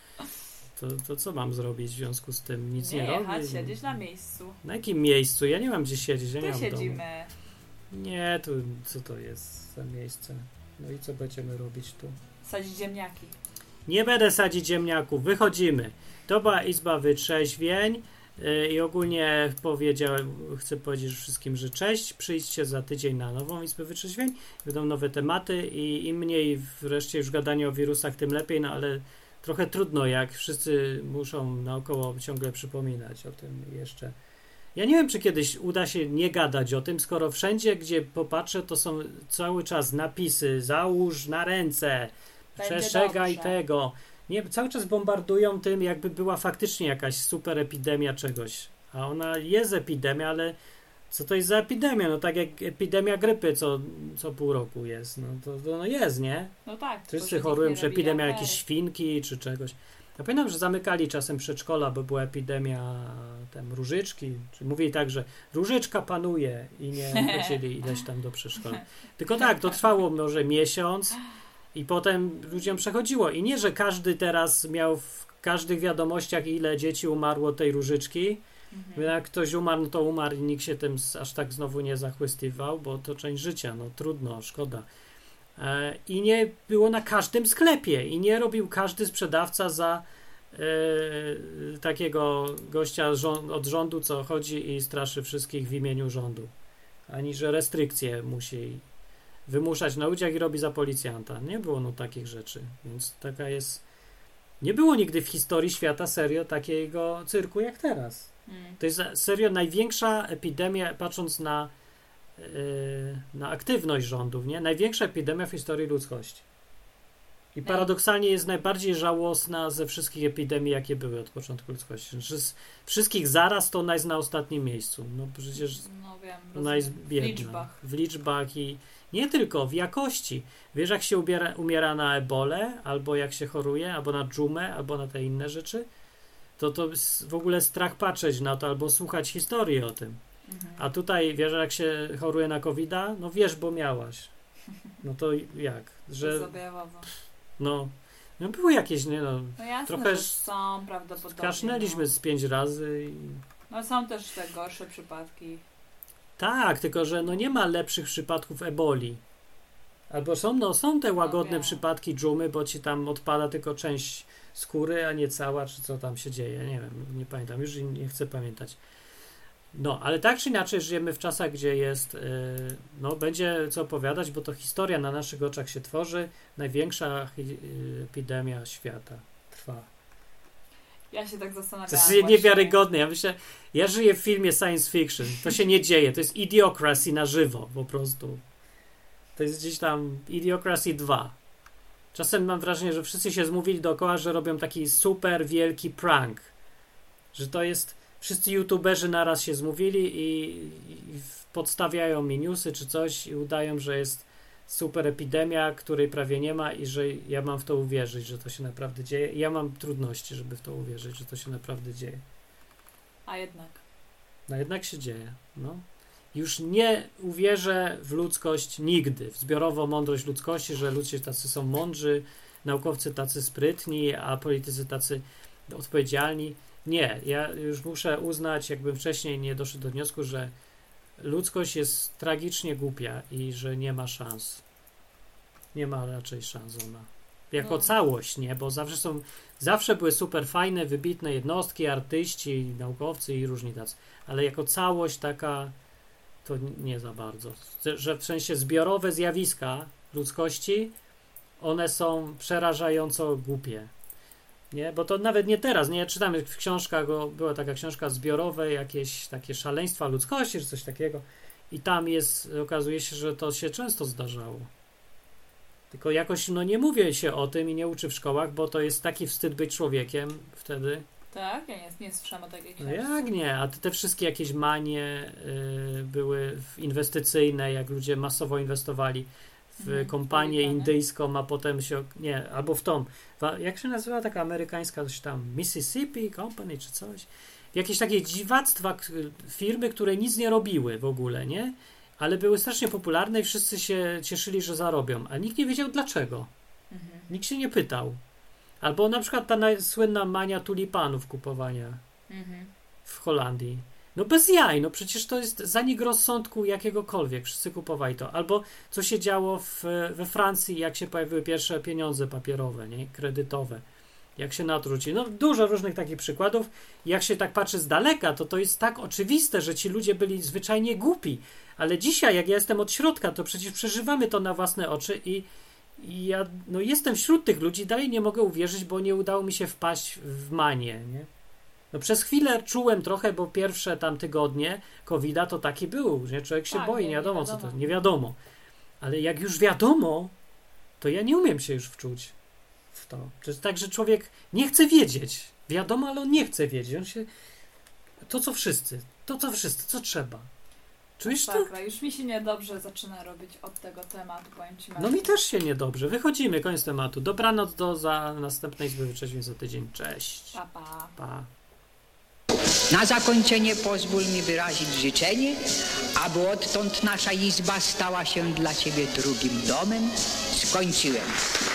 to co mam zrobić w związku z tym? Nic nie, Nie robię. jechać, siedzieć na miejscu. Na jakim miejscu? Ja nie mam gdzie siedzieć, ja nie Tu mam domu. siedzimy. Nie, tu co to jest za miejsce? No i co będziemy robić tu? Sadzić ziemniaki. Nie będę sadzić ziemniaków, wychodzimy. To była Izba Wytrzeźwień i ogólnie chcę powiedzieć wszystkim, że cześć, przyjdźcie za tydzień na nową Izbę Wytrzeźwień, będą nowe tematy i im mniej wreszcie już gadanie o wirusach, tym lepiej, no ale trochę trudno, jak wszyscy muszą naokoło ciągle przypominać o tym jeszcze. Ja nie wiem, czy kiedyś uda się nie gadać o tym, skoro wszędzie, gdzie popatrzę, to są cały czas napisy, załóż na ręce, Będzie przestrzegaj dobrze. tego. Nie, cały czas bombardują tym, jakby była faktycznie jakaś super epidemia czegoś. A ona jest epidemia, ale co to jest za epidemia? No tak jak epidemia grypy co pół roku jest. No to jest, nie? No tak. Wszyscy tylko, że chorują, nikt że nie robi epidemia afery. jakiejś świnki czy czegoś. Ja pamiętam, że zamykali czasem przedszkola, bo była epidemia różyczki. Czy mówili tak, że różyczka panuje i nie chodzili ileś tam do przedszkola. Tylko tak, to trwało może miesiąc i potem ludziom przechodziło. I nie, że każdy teraz miał w każdych wiadomościach, ile dzieci umarło tej różyczki. Jak ktoś umarł, no to umarł i nikt się tym aż tak znowu nie zachwystywał, bo to część życia, no trudno, szkoda. I nie było na każdym sklepie i nie robił każdy sprzedawca za takiego gościa od rządu, co chodzi i straszy wszystkich w imieniu rządu. Ani że restrykcje musi wymuszać na ludziach i robi za policjanta. Nie było takich rzeczy, więc taka jest Nie było nigdy w historii świata serio takiego cyrku jak teraz. To jest serio największa epidemia, patrząc na aktywność rządów, nie? Największa epidemia w historii ludzkości. I paradoksalnie jest najbardziej żałosna ze wszystkich epidemii, jakie były od początku ludzkości. Z wszystkich zaraz to ona jest na ostatnim miejscu. No przecież wiem, ona jest biedna. W liczbach i nie tylko, w jakości. Wiesz, jak się umiera na ebolę, albo jak się choruje, albo na dżumę, albo na te inne rzeczy, to jest w ogóle strach patrzeć na to, albo słuchać historii o tym. A tutaj, wiesz, jak się choruje na COVID-a, no wiesz, bo miałaś. No to jak? Że no były jakieś, nie no. No jasne, trochę że są prawdopodobnie. Kasznęliśmy z 5 razy. No są też te gorsze przypadki. Tak, tylko że no nie ma lepszych przypadków eboli. Albo są te łagodne przypadki dżumy, bo ci tam odpada tylko część skóry, a nie cała, czy co tam się dzieje. Nie wiem, nie pamiętam, już nie chcę pamiętać. No, ale tak czy inaczej żyjemy w czasach, gdzie jest, będzie co opowiadać, bo to historia na naszych oczach się tworzy. Największa epidemia świata trwa. Ja się tak zastanawiałam. To jest niewiarygodne. Ja myślę, ja żyję w filmie science fiction. To się nie dzieje. To jest Idiocracy na żywo po prostu. To jest gdzieś tam Idiocracy 2. Czasem mam wrażenie, że wszyscy się zmówili dookoła, że robią taki super wielki prank. Że to jest... Wszyscy youtuberzy naraz się zmówili i podstawiają mi newsy czy coś i udają, że jest super epidemia, której prawie nie ma i że ja mam w to uwierzyć, że to się naprawdę dzieje. I ja mam trudności, żeby w to uwierzyć, że to się naprawdę dzieje. A jednak. No jednak się dzieje. No. Już nie uwierzę w ludzkość nigdy, w zbiorową mądrość ludzkości, że ludzie tacy są mądrzy, naukowcy tacy sprytni, a politycy tacy odpowiedzialni. Nie, ja już muszę uznać, jakbym wcześniej nie doszedł do wniosku, że ludzkość jest tragicznie głupia i że nie ma szans. Nie ma raczej szans ona. Jako całość, nie? Bo zawsze były super fajne, wybitne jednostki, artyści, naukowcy i różni tacy. Ale jako całość taka to nie za bardzo. Że w sensie zbiorowe zjawiska ludzkości, one są przerażająco głupie. Nie? Bo to nawet nie teraz, nie? Czytamy w książkach, była taka książka zbiorowe, jakieś takie szaleństwa ludzkości, czy coś takiego i tam okazuje się, że to się często zdarzało. Tylko jakoś, nie mówi się o tym i nie uczy w szkołach, bo to jest taki wstyd być człowiekiem wtedy. Tak? Ja nie słyszałam o takiej książce. No jak nie? A te wszystkie jakieś manie były inwestycyjne, jak ludzie masowo inwestowali w kompanię indyjską, a potem albo w tą, jak się nazywa taka amerykańska coś tam, Mississippi Company czy coś, jakieś takie dziwactwa firmy, które nic nie robiły w ogóle, nie? Ale były strasznie popularne i wszyscy się cieszyli, że zarobią, a nikt nie wiedział dlaczego. Nikt się nie pytał. Albo na przykład ta słynna mania tulipanów kupowania w Holandii. No bez jaj, przecież to jest zanik rozsądku jakiegokolwiek, wszyscy kupowali to. Albo co się działo we Francji, jak się pojawiły pierwsze pieniądze papierowe, nie? Kredytowe, jak się natruci. Dużo różnych takich przykładów. Jak się tak patrzy z daleka, to jest tak oczywiste, że ci ludzie byli zwyczajnie głupi. Ale dzisiaj, jak ja jestem od środka, to przecież przeżywamy to na własne oczy i ja jestem wśród tych ludzi, dalej nie mogę uwierzyć, bo nie udało mi się wpaść w manię, nie? Przez chwilę czułem trochę, bo pierwsze tam tygodnie COVID-a to taki był, że człowiek się boi, nie wiadomo co to, nie wiadomo. Ale jak już wiadomo, to ja nie umiem się już wczuć w to. To jest tak, że człowiek nie chce wiedzieć. Wiadomo, ale on nie chce wiedzieć. To co wszyscy, co trzeba. Czujesz to? Już mi się niedobrze zaczyna robić od tego tematu, powiem ci. Mi też się niedobrze. Wychodzimy, koniec tematu. Dobranoc do następnej Izby Wyczeźwień za tydzień. Cześć. Pa, pa. Pa. Na zakończenie pozwól mi wyrazić życzenie, aby odtąd nasza izba stała się dla Ciebie drugim domem. Skończyłem.